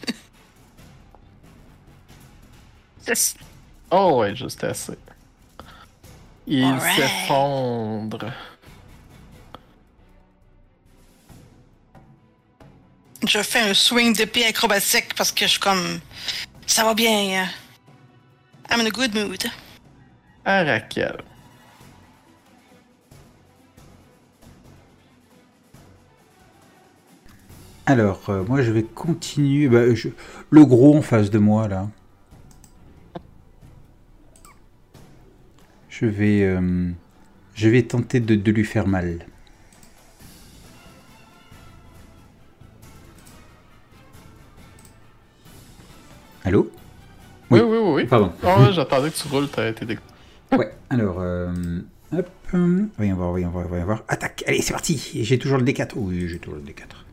B: C'est-
A: Oh ouais, juste assez. Il
B: Alright.
A: s'effondre.
B: Je fais un swing d'épée acrobatique parce que je suis comme. Ça va bien. I'm in a good mood.
A: À Raquel.
D: Alors, euh, moi je vais continuer. Bah, je- Le gros en face de moi là. Je vais, euh, je vais tenter de, de lui faire mal. Allô?
A: Oui,
D: Oui.
A: oui, oui. oui.
D: Pardon.
A: Oh, ouais, j'attendais que tu roules, t'as été déc...
D: Ouais, alors, euh, hop, hum, voyons voir, voyons voir, voyons voir. Attaque, allez, c'est parti. Et j'ai toujours le D quatre. Oui, j'ai toujours le D quatre.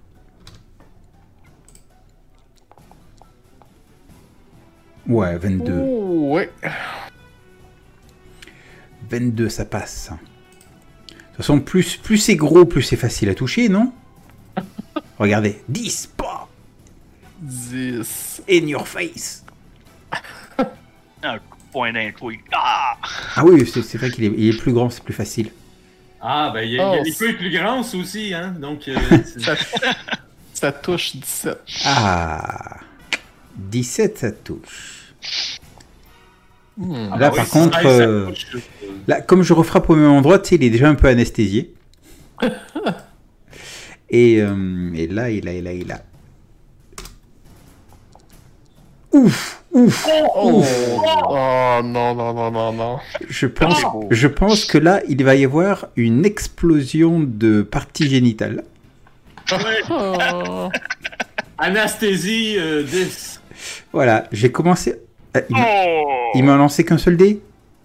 D: Ouais, vingt-deux.
A: Oh, ouais.
D: vingt-deux, ça passe. De toute façon, plus, plus c'est gros, plus c'est facile à toucher, non? Regardez, dix, bah,
A: dix.
D: in your face.
C: Un coup de poing d'un truc. Ah!
D: Ah oui, c'est c'est vrai qu'il est, il est plus grand, c'est plus facile.
E: Ah, ben, il y a, il y a
A: Oh,
E: des
A: c'est-
E: feuilles plus grandes aussi, hein. Donc, euh, c'est-
A: Ça, ça touche dix-sept.
D: Ah, dix-sept, ça touche.
A: Hmm.
E: Ah,
D: Là,
E: bah
D: par
E: oui,
D: contre,
E: seize, ça
D: euh,
E: touche, euh,
D: Là, comme je refrappe au même endroit, tu sais, il est déjà un peu anesthésié. et, euh, et là, il a, il a, il a. Ouf, ouf,
A: Oh,
D: ouf.
A: oh non, non, non, non, non.
D: Je pense,
C: Oh.
D: je pense que là, il va y avoir une explosion de parties génitales.
A: Oh.
E: Anasthésie euh, dix.
D: Voilà, j'ai commencé. euh, il m'a-
C: Oh!
D: il m'a lancé qu'un seul dé.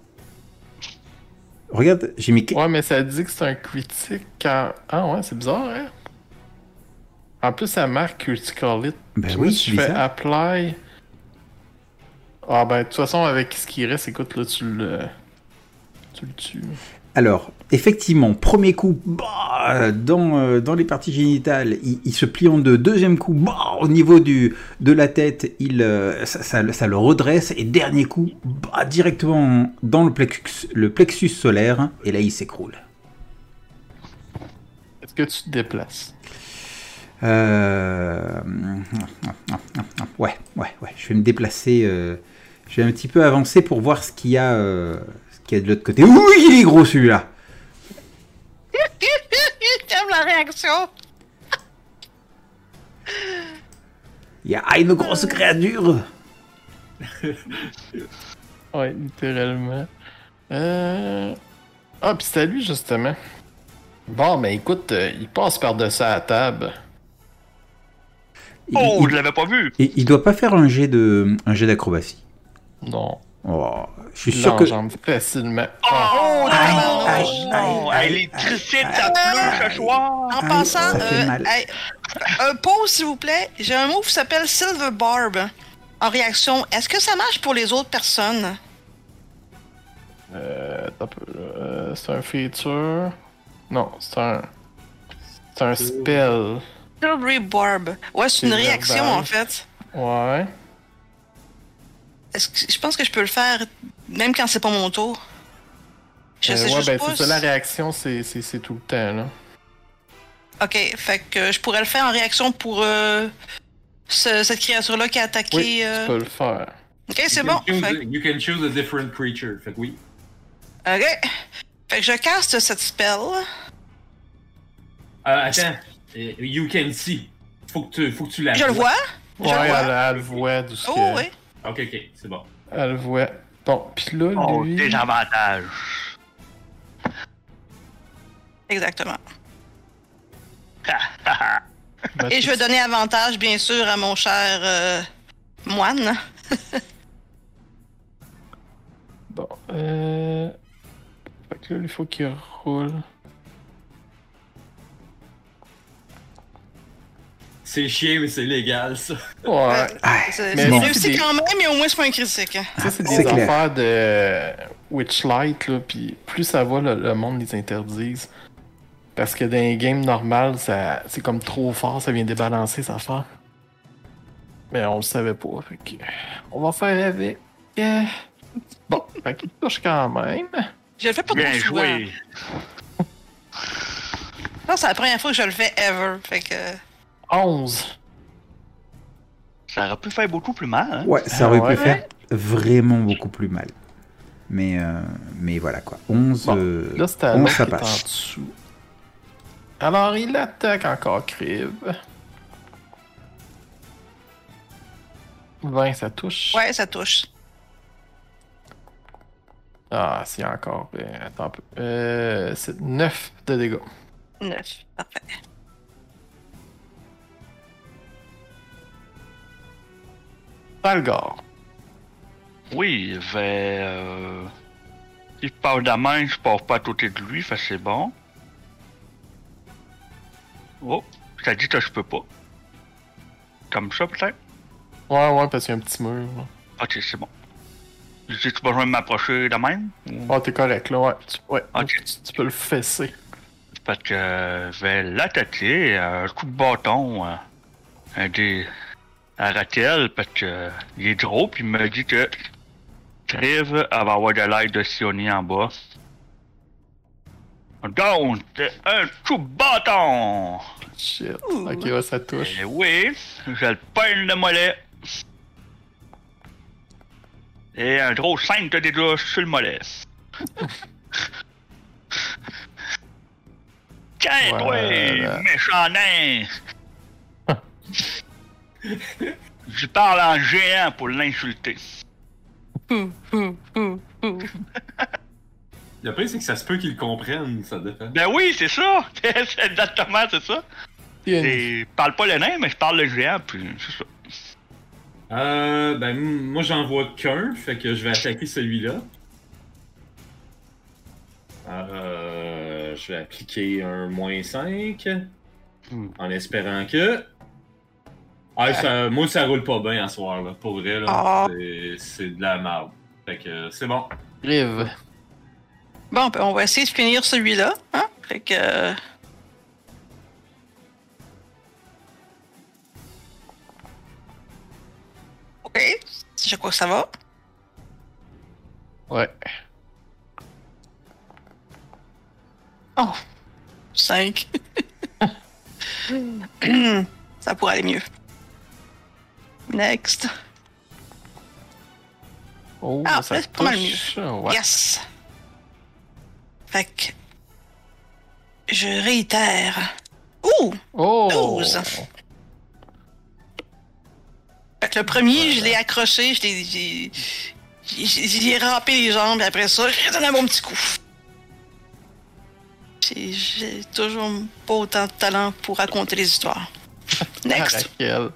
D: Regarde, j'ai mis.
A: Ouais, mais ça dit que c'est un critique quand... Ah ouais, c'est bizarre, hein? En plus, ça marque Critical Hit.
D: Ben
A: Puis
D: oui,
A: moi, si
D: c'est
A: je fais
D: bizarre.
A: Apply... Ah ben, de toute façon, avec ce qui reste, écoute, là, tu le... Tu le tues.
D: Alors, effectivement, premier coup, bah, dans, euh, dans les parties génitales, il, il se plie en deux. Deuxième coup, bah, au niveau du, de la tête, il, euh, ça, ça- ça le redresse. Et dernier coup, bah, directement dans le plexus, le plexus solaire. Et là, il s'écroule.
A: Est-ce que tu te déplaces?
D: Euh... Ouais, ouais, ouais. Je vais me déplacer. euh, Je vais un petit peu avancer pour voir ce qu'il y a, euh, qui est de l'autre côté. Ouh, il est gros celui-là.
B: J'aime la réaction.
D: Il y a une grosse créature.
A: Ouais, littéralement. Euh... Ah, pis c'était lui, justement. Bon, ben écoute, euh, il passe par-dessus la table.
D: Il,
C: Oh,
D: il-
C: je l'avais pas vu!
D: il- il doit pas faire un jet de, un jet d'acrobatie.
A: Non.
D: Oh, je suis
A: Il
D: sûr que.
A: l'enjambe facilement.
C: Oh,
B: tabarnouche.
C: non! Non! L'électricité de ta fleur ce soir!
B: En
D: Aïe,
B: passant,
D: ça fait
B: euh,
D: mal.
B: hey, euh, pause s'il vous plaît. J'ai un mot qui s'appelle Silver Barb. En réaction, est-ce que ça marche pour les autres personnes?
A: Euh, attends un peu, là. Euh, c'est un feature. Non, c'est un. C'est un spell.
B: Silver Barb. Ouais, c'est une
A: C'est
B: réaction
A: verbal.
B: en fait.
A: Ouais.
B: Est-ce que je pense que je peux le faire même quand c'est pas mon tour? Je
A: Euh,
B: sais
A: ouais,
B: juste
A: ben
B: pas.
A: c'est ça,
B: si-
A: la réaction, c'est c'est- c'est tout le temps, là.
B: Ok, fait que je pourrais le faire en réaction pour euh, ce- cette créature-là qui a attaqué.
A: Oui,
B: euh,
A: tu peux le faire.
B: Ok, c'est
E: You
B: bon.
E: can choose-
B: Fait,
E: You can choose a different creature. Fait que oui.
B: ok. Fait que je caste cette spell.
E: Euh, attends. Euh, You can see. Faut que tu, faut que tu la
B: Je le vois. Je
A: Ouais,
B: le vois.
A: elle, elle le voit du ce
B: Oh
A: que-
B: oui.
E: Ok, ok, c'est bon.
A: Elle le voit. Bon, pis là,
C: Oh,
A: lui.
C: des avantages.
B: Exactement.
A: ben,
B: Et je vais donner avantage, bien sûr, à mon cher euh, moine.
A: Bon, euh. Fait que là, il faut qu'il roule.
E: C'est chiant, mais c'est légal, ça.
A: Ouais.
B: C'est
A: mais
B: c'est
A: bon.
B: réussi
A: C'est des-
B: quand même, mais au moins c'est pas un critique.
A: Ça, c'est
D: c'est
A: des
D: clair.
A: affaires de Witchlight, là, pis plus ça va, le, le monde les interdise. Parce que dans les games normales, ça, c'est comme trop fort, ça vient débalancer ça affaires. Mais on le savait pas, fait que. On va faire avec. Euh, Bon, fait qu'il touche quand même.
B: Je le fais pas
C: Bien
B: trop souvent.
C: joué!
B: Non, c'est la première fois que je le fais ever. Fait que.
A: onze.
C: Ça aurait pu faire beaucoup plus mal, hein?
D: Ouais, ça aurait
A: Ah ouais.
D: pu faire vraiment beaucoup plus mal. Mais, euh, mais voilà quoi. onze,
A: Bon,
D: euh,
A: Là, c'était à
D: onze
A: l'autre
D: ça
A: qui est en
D: passe.
A: dessous. Alors, il attaque encore Crib. vingt, ça touche.
B: Ouais, ça touche.
A: Ah, c'est encore. euh, attends un peu. Euh, c'est neuf de dégâts.
B: neuf. Parfait.
A: Falgar.
C: Oui, ben... Euh... Si je pars de la main, je pars pas à côté de lui, fait que c'est bon. Oh, ça dit que je peux pas. Comme ça, peut-être?
A: Ouais, ouais, parce qu'il y a un petit mur. là.
C: Ok, c'est bon. J'ai-tu besoin de m'approcher de même? Ou-
A: Ah, t'es correct, là, ouais. Tu, ouais,
C: Ok.
A: tu, tu peux le fesser.
C: Parce que euh, je vais l'attaquer, euh, un coup de bâton, euh, un des... à Raquel, parce que euh, il est gros, puis il me dit que Triv elle va avoir de l'aide de Sioni en bas. Donc, un coup de bâton!
A: Shit.
B: Ouh.
A: Ok, ouais, ça touche.
C: Et oui, je le peine le mollet. Et un gros cinq de dégâts sur le mollet. Tiens,
A: Voilà.
C: toi, méchant nain! Je parle en géant pour l'insulter.
B: Ouh, ouh, ouh, ouh.
E: Le pire, c'est que ça se peut qu'ils le comprennent, ça dépend.
C: Ben oui, c'est ça! C'est exactement, c'est ça.
A: Il y a une-
C: Et je parle pas le nain, mais je parle le géant, puis c'est ça.
E: Euh, ben, m- moi, j'en vois qu'un, fait que je vais attaquer celui-là. Euh, je vais appliquer un moins cinq.
C: Hmm.
E: En espérant que. Ah, ça, moi, ça roule pas bien à soir, là. Pour vrai, là.
B: Ah.
E: c'est- C'est de la merde. Fait que c'est bon.
A: Rive.
B: Bon, ben, on va essayer de finir celui-là. Hein? Fait que. euh, Ok. Je crois que ça va.
A: Ouais.
B: Oh. cinq. Ça pourrait aller mieux. Next.
A: Oh,
B: Ah,
A: ça
B: c'est pas mal
A: touche. Ouais.
B: Yes. Fait que. Je réitère. Ouh!
A: Oh!
B: douze. Fait que le premier, je l'ai accroché, je l'ai. J'ai. J'ai j'ai râpé les jambes, et après ça, j'ai donné un bon petit coup. J'ai j'ai toujours pas autant de talent pour raconter les histoires. Next!
A: Raquel.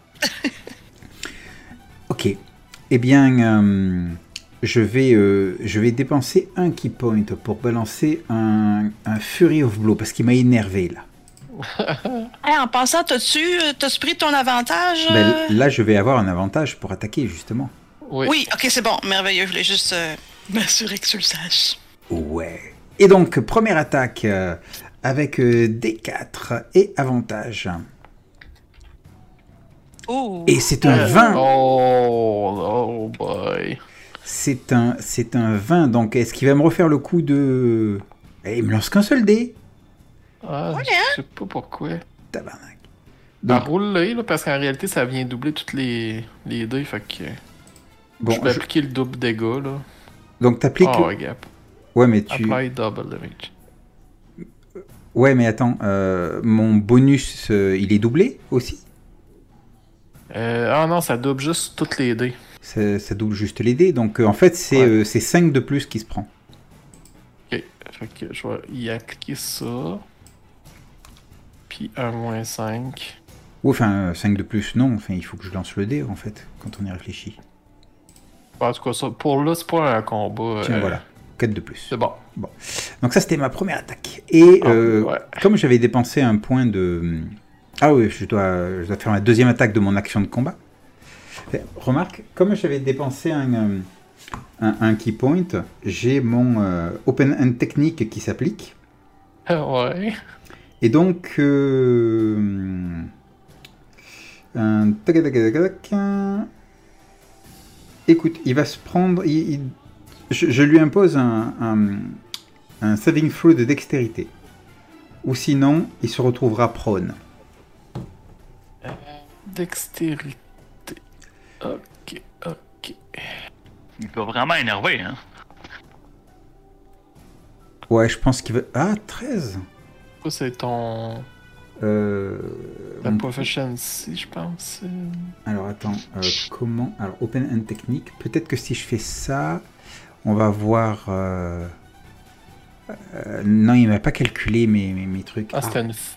D: Ok. Eh bien, euh, je, vais, euh, je vais dépenser un key point pour balancer un, un Fury of Blow, parce qu'il m'a énervé, là.
B: Hey, en passant, t'as-tu t'as-tu pris ton avantage?
D: Ben,
B: euh?
D: là, je vais avoir un avantage pour attaquer, justement.
A: Oui.
B: Oui, ok, c'est bon, merveilleux. Je voulais juste euh, m'assurer que tu le saches.
D: Ouais. Et donc, première attaque euh, avec euh, D quatre et avantage.
B: Oh!
D: Et c'est un vingt.
A: Oh, oh boy.
D: C'est un, c'est un vingt. Donc, est-ce qu'il va me refaire le coup de... Eh, il me lance qu'un seul dé.
A: Ah,
B: Ouais,
A: je
B: hein?
A: sais pas pourquoi.
D: Tabarnak.
A: Ben,
D: Donc,
A: roule-le, là, parce qu'en réalité, ça vient doubler toutes les, les dés, fait que...
D: bon,
A: je peux
D: je-
A: appliquer le double dégâts, là.
D: donc t'appliques...
A: Oh,
D: le-
A: gap.
D: Ouais, mais tu...
A: Apply double damage.
D: Ouais, mais attends, euh, mon bonus, euh, il est doublé aussi?
A: Euh, ah non, ça double juste toutes les dés.
D: ça, ça double juste les dés. Donc, euh, en fait, c'est
A: Ouais.
D: euh, c'est cinq de plus qui se prend.
A: Ok, fait que je vais y appliquer ça. Puis un moins cinq.
D: Ou enfin, euh, cinq de plus, non. Enfin, il faut que je lance le dé, en fait, quand on y réfléchit.
A: En tout cas, ça, pour là, c'est pas un combat.
D: Tiens,
A: euh,
D: voilà. quatre de plus.
A: C'est bon.
D: Donc ça, c'était ma première attaque. Et
A: Ah,
D: euh,
A: ouais.
D: comme j'avais dépensé un point de... Ah oui, je dois, je dois faire ma deuxième attaque de mon action de combat. Et remarque, comme j'avais dépensé un, euh, un, un key point, j'ai mon euh, open end technique qui s'applique.
A: Ouais.
D: Et donc... Euh, un tac, tac, tac, tac, tac. Écoute, il va se prendre... il- il- je, je lui impose un, un, un saving throw de dextérité. Ou sinon, il se retrouvera prone.
A: Dextérité. Ok, ok.
C: Il peut vraiment énerver, hein.
D: Ouais, je pense qu'il va... Ah, treize.
A: Ça, c'est ton.
D: Euh...
A: Ta
D: mon-
A: proficiency, je pense.
D: Alors, attends. euh, comment... Alors, open end technique. Peut-être que si je fais ça, on va voir... euh, euh, non, il m'a pas calculé mes, mes, mes trucs.
A: Ah, c'était une. f-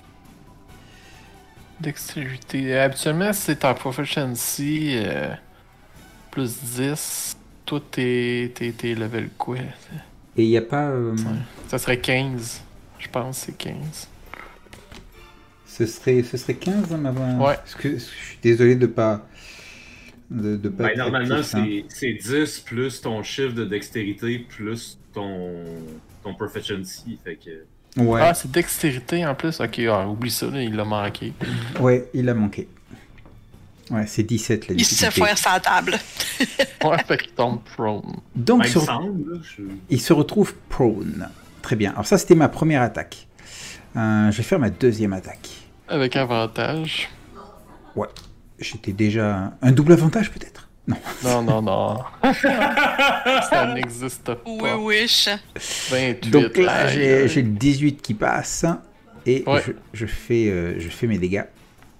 A: Dextérité. Habituellement, c'est ta proficiency euh, plus dix. Toi, t'es, t'es, t'es level quoi?
D: Et il n'y a pas... euh,
A: Ça serait quinze. Je pense que c'est quinze.
D: Ce serait, ce serait quinze, hein, ma voix.
A: Ouais.
D: Parce que je suis désolé de pas... De, de pas
E: Ben,
D: être
E: normalement,
D: actif, hein.
E: c'est c'est dix plus ton chiffre de dextérité plus ton, ton proficiency. Fait que...
D: Ouais,
A: Ah, c'est dextérité en plus? Ok, ah, oublie ça, là, il l'a manqué.
D: ouais, il a manqué. Ouais, c'est dix-sept la
B: Il se fait
D: difficulté.
B: faire sa table.
A: Ouais, fait qu'il tombe prone.
D: Donc,
E: Ben, il
D: sur-
E: me semble, là, je...
D: il se retrouve prone. Très bien. Alors ça, c'était ma première attaque. Euh, je vais faire ma deuxième attaque.
A: Avec avantage.
D: J'étais déjà... Un double avantage, peut-être? Non.
A: Non, non, non. Ça n'existe pas.
B: Oui, wish.
A: vingt-huit.
D: Donc là,
A: aïe,
D: j'ai
A: aïe.
D: j'ai le dix-huit qui passe. Et
A: Ouais.
D: je, je fais, euh, je fais mes dégâts.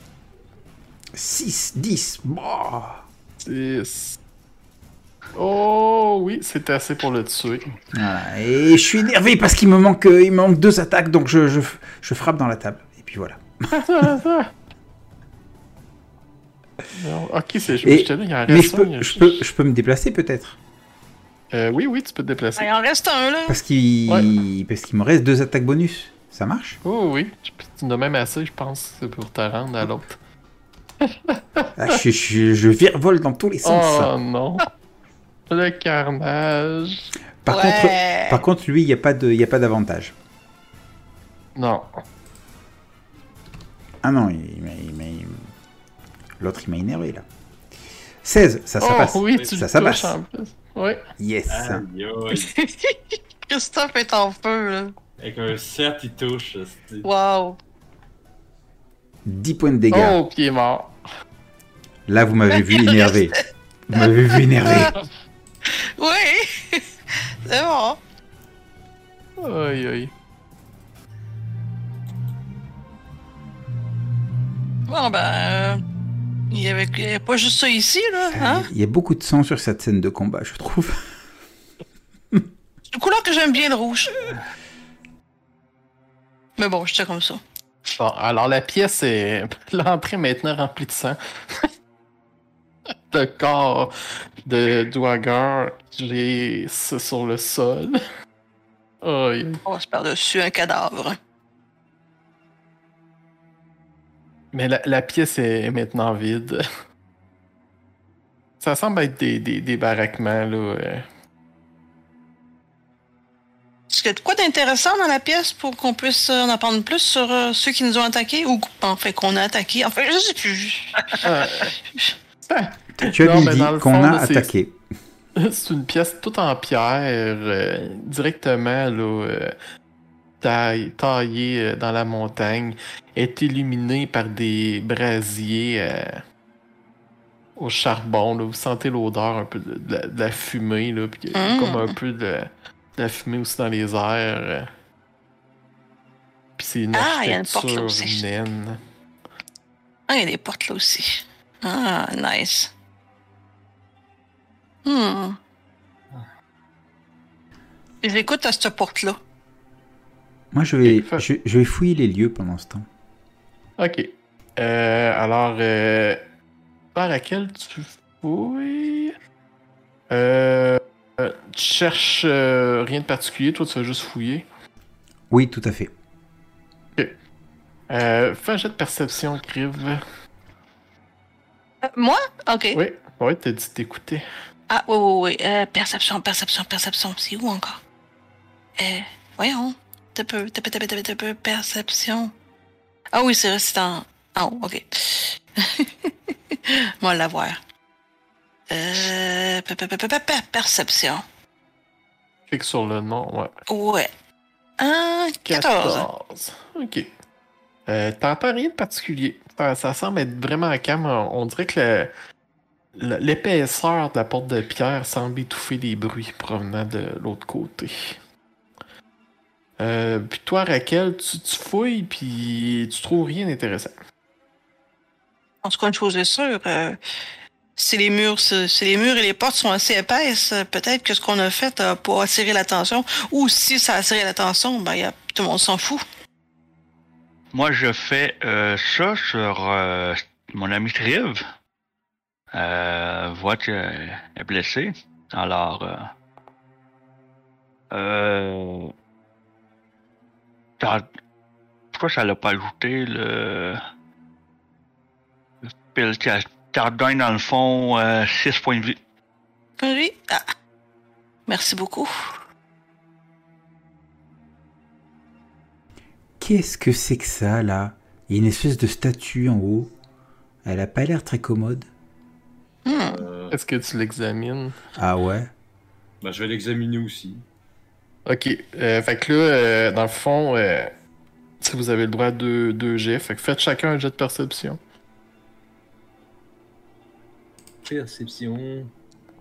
D: six, dix. Bah.
A: six. Oh oui, c'est assez pour le tuer.
D: Voilà. Et je suis énervé parce qu'il me manque, euh, il me manque deux attaques, donc je, je, je frappe dans la table. Et puis voilà.
A: Non, ok, c'est
D: Et-
A: j'étais là, il en
D: Mais
A: reste
D: je peux,
A: un,
D: je, peux, je peux me déplacer peut-être.
A: Euh, oui, oui, tu peux te déplacer.
B: Il en reste un, là.
D: Parce qu'il
A: Ouais.
D: parce qu'il me reste deux attaques bonus. Ça marche?
A: Oh oui, tu peux- tu en as même assez, je pense, c'est pour te rendre à l'autre.
D: Ah, je, je, je virevolte dans tous les sens.
A: Oh non. Le carnage.
D: Par,
B: Ouais.
D: contre, par contre, lui, il n'y a pas de- il y a pas d'avantage.
A: Non.
D: Ah non, il, m'a- il m'a- il- l'autre, il m'a énervé là. seize, ça, ça
A: oh
D: passe.
A: oui, tu
D: ça,
A: le
D: ça
A: touches
D: passe.
A: en plus. Ouais.
D: Yes.
E: Aïe, aïe.
B: Christophe est en feu, là.
E: Avec un sept, il touche. c'est-
B: Wow.
D: dix points de dégâts.
A: Oh, pied mort.
D: Là, vous m'avez vu énervé. Vous m'avez vu énervé.
B: Oui. C'est bon.
A: Aïe aïe.
B: Bon, ben. euh, Il y avait, il y avait pas juste ça ici, là. Hein?
D: Il y a beaucoup de sang sur cette scène de combat, je trouve.
B: C'est une couleur que j'aime bien, le rouge. Mais bon, j'étais comme ça.
A: Bon, alors la pièce est. L'entrée est maintenant remplie de sang. Le corps de Dwagger glisse sur le sol. Aïe.
B: On passe par-dessus un cadavre.
A: Mais la, la pièce est maintenant vide. Ça semble être des, des, des baraquements, là. euh.
B: Est-ce qu'il y a de quoi d'intéressant dans la pièce pour qu'on puisse euh, en apprendre plus sur euh, ceux qui nous ont attaqués ou en fait qu'on a attaqué? Enfin, je sais plus.
A: Euh, ben,
D: Tu as
A: non,
D: bien
A: mais dans
D: dit
A: le
D: qu'on
A: fond,
D: a
A: là, c'est-
D: attaqué.
A: C'est une pièce toute en pierre, euh, directement là, euh, taille- taillée euh, dans la montagne, est illuminée par des brasiers euh, au charbon. Là. Vous sentez l'odeur un peu de, de la, de la fumée, là, puis il y a
B: Mm.
A: comme un peu de, de la fumée aussi dans les airs. euh. Puis c'est une
B: Ah, il y a une porte là
A: architecture
B: aussi.
A: naine.
B: Ah, il y a des portes là aussi. Ah, nice. Hmm. J'écoute à cette porte-là.
D: Moi, je vais,
A: Ok, fait-
D: je, je vais fouiller les lieux pendant ce temps.
A: Ok. Euh, alors, euh, par laquelle tu fouilles? Euh, euh, tu cherches euh, rien de particulier, toi tu vas juste fouiller.
D: Oui, tout à fait.
A: Euh, fais un jet de perception, Crive.
B: Euh, moi? Ok.
A: Oui, oui, t'as dit t'écouter.
B: Ah, oui, oui, oui. Euh, perception, perception, perception. C'est où encore? Euh, voyons. T'as peu, t'as peu, t'as peu, t'as peu, t'as peu, perception. Ah oui, c'est vrai, c'est en... en haut, ok. Moi, la voir. Euh, pe- pe- pe- pe- pe- pe- perception.
A: Clique sur le nom, ouais.
B: Ouais. Un, quatorze.
A: quatorze. Ok. Euh, T'entends rien de particulier. Ça, ça semble être vraiment calme. On, on dirait que le- le- l'épaisseur de la porte de pierre semble étouffer les bruits provenant de l'autre côté. Euh, puis toi, Raquel, tu, tu fouilles puis tu trouves rien d'intéressant.
B: En tout cas, une chose est sûre, euh, si les murs, si si les murs et les portes sont assez épaisses, euh, peut-être que ce qu'on a fait n'a pas attiré l'attention. Ou si ça a attiré l'attention, ben, y a, tout le monde s'en fout.
C: Moi, je fais euh, ça sur euh, mon ami Triv. Euh, voit qu'elle est blessée. Alors, euh, euh, t'as- pourquoi ça l'a pas ajouté le, le spell qui a- qui redonne dans le fond euh, six points de vie.
B: Oui. Ah. Merci beaucoup.
D: Qu'est-ce que c'est que ça, là? Il y a une espèce de statue en haut. Elle a pas l'air très commode.
B: Hmm.
E: Euh,
A: Est-ce que tu l'examines?
D: Ah ouais?
E: ben, je vais l'examiner aussi.
A: Ok. Euh, fait que là, euh, dans le fond, euh, si vous avez le droit à deux, deux jets, fait que faites chacun un jet de perception.
E: Perception.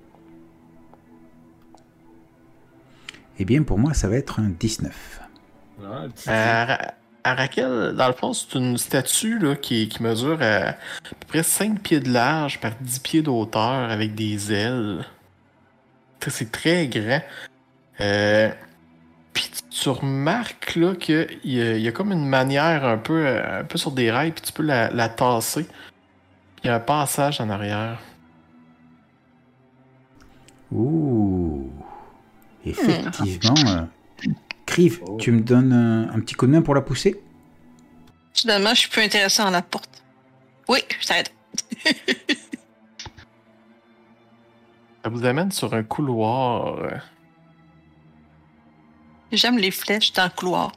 D: Eh bien, pour moi, ça va être un dix-neuf.
E: Ah, un petit-
A: À, Ra- à Raquel, dans le fond, c'est une statue là, qui, qui mesure à, à peu près cinq pieds de large par dix pieds d'auteur avec des ailes. C'est très grand. Euh, puis tu, tu remarques là qu'il y, a- il y a comme une manière un peu, euh, un peu sur des rails, puis tu peux la, la tasser. Il y a un passage en arrière.
D: Ouh. Effectivement. euh, Crive,
E: Oh.
D: tu me donnes un, un petit coup de main pour la pousser?
B: Finalement, je suis plus intéressant à la porte. Oui, ça aide.
A: Ça vous amène sur un couloir. euh,
B: J'aime les flèches dans le couloir.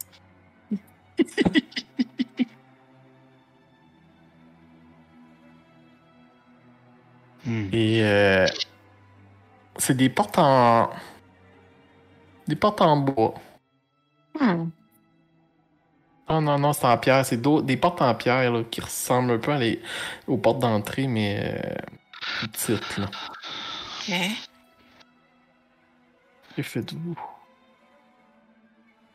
C: Hmm.
A: Et euh, c'est des portes en. Des portes en bois.
B: Hmm.
A: Oh non, non, c'est en pierre. C'est d'au- des portes en pierre là, qui ressemblent un peu à les- aux portes d'entrée, mais euh, plus petites. Là.
B: Ok.
A: Que faites-vous?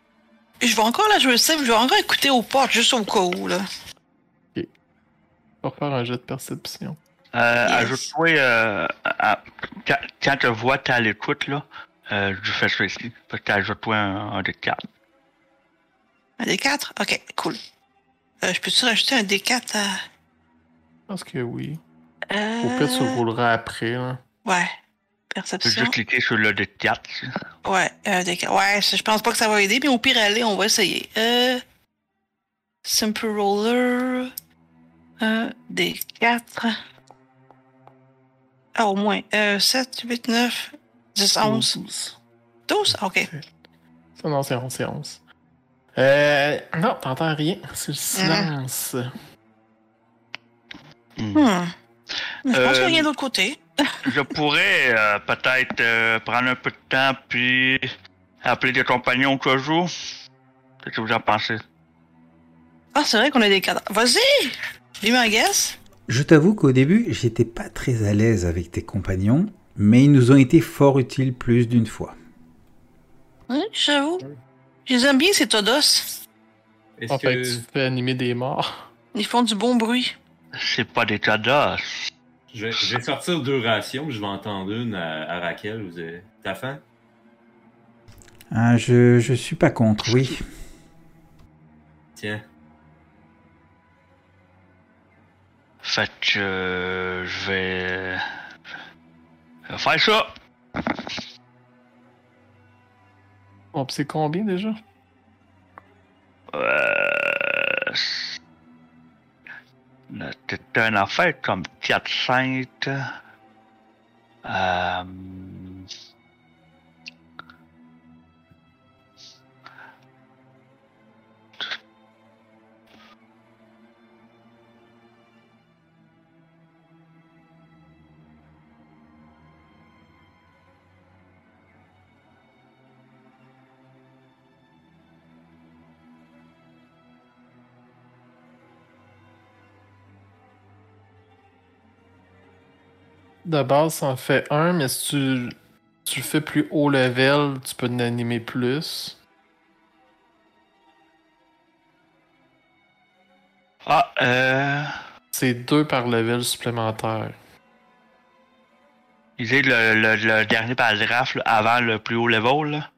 B: Je vais encore la jouer safe, je vais encore écouter aux portes juste au cas où, là.
A: On va faire un jet de perception.
C: Euh,
B: Yes.
C: Ajoute-toi, euh, à- quand, quand tu vois t'es à l'écoute, là, euh, je fais ça ici. Fait que t'ajoutes-toi un, un D quatre.
B: Un D quatre? Ok, cool. Euh, je peux-tu rajouter un D quatre à.
A: Je pense que oui.
B: Euh...
A: Au pire, tu le rouleras après. Là.
B: Ouais.
C: Tu peux
B: Perception.
C: juste cliquer sur le D quatre. ici.
B: Ouais, un D quatre. Ouais, je pense pas que ça va aider, mais au pire, aller, on va essayer. Euh. Simple Roller. Un D quatre. Ah, au moins. Euh, sept, huit, neuf, dix, onze.
A: douze.
B: douze? Ok.
A: Ça, non, c'est onze, c'est onze. Euh. Non, t'entends rien. C'est le silence.
C: Hmm.
B: Hmm. Je pense
C: Euh,
B: qu'il n'y a rien d'autre côté.
C: Je pourrais euh, peut-être euh, prendre un peu de temps puis appeler des compagnons au cas où. Qu'est-ce que vous en pensez?
B: Ah, c'est vrai qu'on a des cadres. Vas-y! Be my guess.
D: Je t'avoue qu'au début, j'étais pas très à l'aise avec tes compagnons, mais ils nous ont été fort utiles plus d'une fois.
B: Oui, j'avoue. Je les aime bien, ces Todos.
E: Est-ce
A: En fait,
E: que
A: tu fais animer des morts.
B: Ils font du bon bruit.
C: C'est pas des Todos.
E: je vais, je vais sortir deux rations, je vais en tendre une à, à Raquel. Vous avez... T'as faim?
D: Ah, je, je suis pas contre, oui.
E: Tiens.
C: Fait que euh, je vais... je vais faire ça.
A: Bon, pis c'est combien déjà?
C: Euh... C'était une affaire comme quatre cinq. Euh...
A: De base, ça en fait un, mais si tu, tu le fais plus haut level, tu peux en animer plus.
C: Ah, euh...
A: C'est deux par level supplémentaire.
C: Il est le, le, le dernier paragraphe là, avant le plus haut level. Là.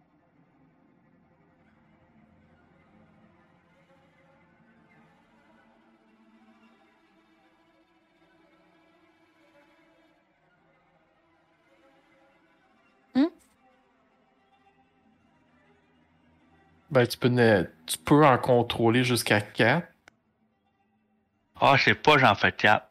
A: Ben, tu peux, ne- tu peux en contrôler jusqu'à quatre.
C: Ah, c'est pas j'en fais quatre.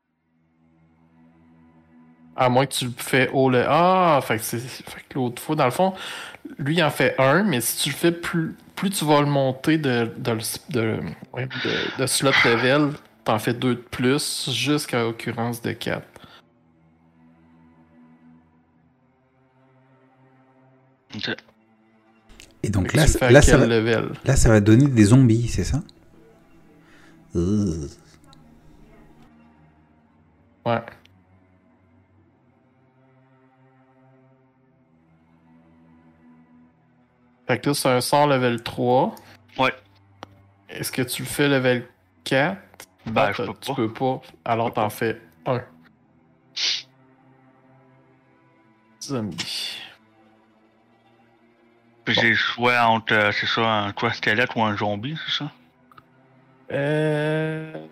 A: À moins que tu le fais haut level. Ah, fait que c'est. Fait que l'autre fois, dans le fond, lui, il en fait un, mais si tu le fais plus. Plus tu vas le monter de, de, le- de, ouais, de, de slot level, t'en fais deux de plus jusqu'à l'occurrence de quatre.
C: Ok.
D: Et donc
A: Fait que
D: là,
A: tu le
D: ça-
A: fais à
D: là,
A: quel
D: ça va,
A: level?
D: là, ça va donner des zombies, c'est ça? Euh.
A: Ouais. Fait que là, c'est un sort level trois.
C: Ouais.
A: Est-ce que tu le fais level quatre?
C: Ben,
A: Non,
C: je
A: t'as-
C: peux
A: tu
C: pas.
A: peux pas. Alors, t'en fais un. Zombie.
C: Puis
A: Bon.
C: j'ai le choix entre, euh, c'est ça, un quoi, squelette ou un zombie, c'est ça?
A: Euh...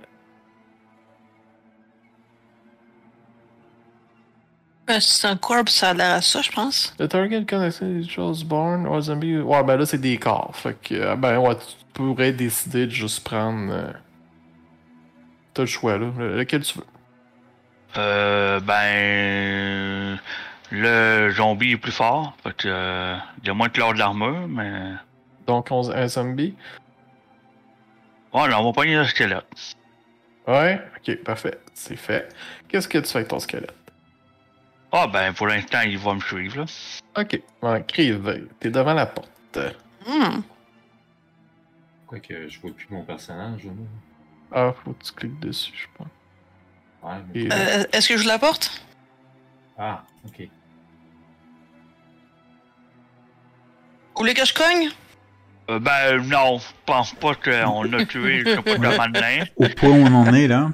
B: Euh, c'est un corps, ça a l'air à ça, je pense.
A: Le target connected chose born or zombie. Ouais, ben là, c'est des corps. Fait que, euh, ben ouais, tu pourrais décider de juste prendre. euh, T'as le choix, là. Le- Lequel tu veux.
C: Euh, ben... Le zombie est plus fort, fait que, euh, il y a moins de clair de l'armure, mais...
A: Donc, on- un zombie.
C: Oh non, on va pas le squelette.
A: Ouais, ok, parfait. C'est fait. Qu'est-ce que tu fais avec ton squelette?
C: Ah ben, pour l'instant, il va me suivre, là.
A: Ok, ouais, crive, t'es devant la porte.
B: Hmm.
E: Quoique je vois plus mon personnage. Là.
A: Ah, faut que tu cliques dessus, je pense.
E: Ouais, mais...
A: Et,
B: Euh, Est-ce que je la porte?
E: Ah, ok.
B: Vous voulez que je cogne?
C: Euh, ben non, je pense pas qu'on a tué je sais pas de Manelin.
D: Au point où on en est là.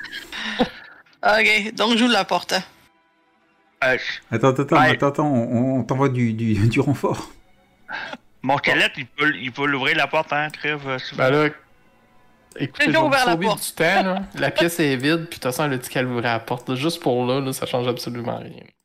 B: Ok, donc j'ouvre la porte.
C: Euh,
D: Attends, attends, attends,
C: Ouais.
D: attends, attends, on, on t'envoie du, du, du renfort.
C: mon squelette, il peut, il peut l'ouvrir la porte, hein, Crève. euh, si
A: Ben
C: vous-
A: là, écoutez,
B: J'ai
A: je vais vous
B: ouvert la
A: sauver
B: porte.
A: du temps, là. La pièce est vide, puis de toute façon, elle a dit qu'elle ouvrait la porte. Juste pour là, là, ça change absolument rien.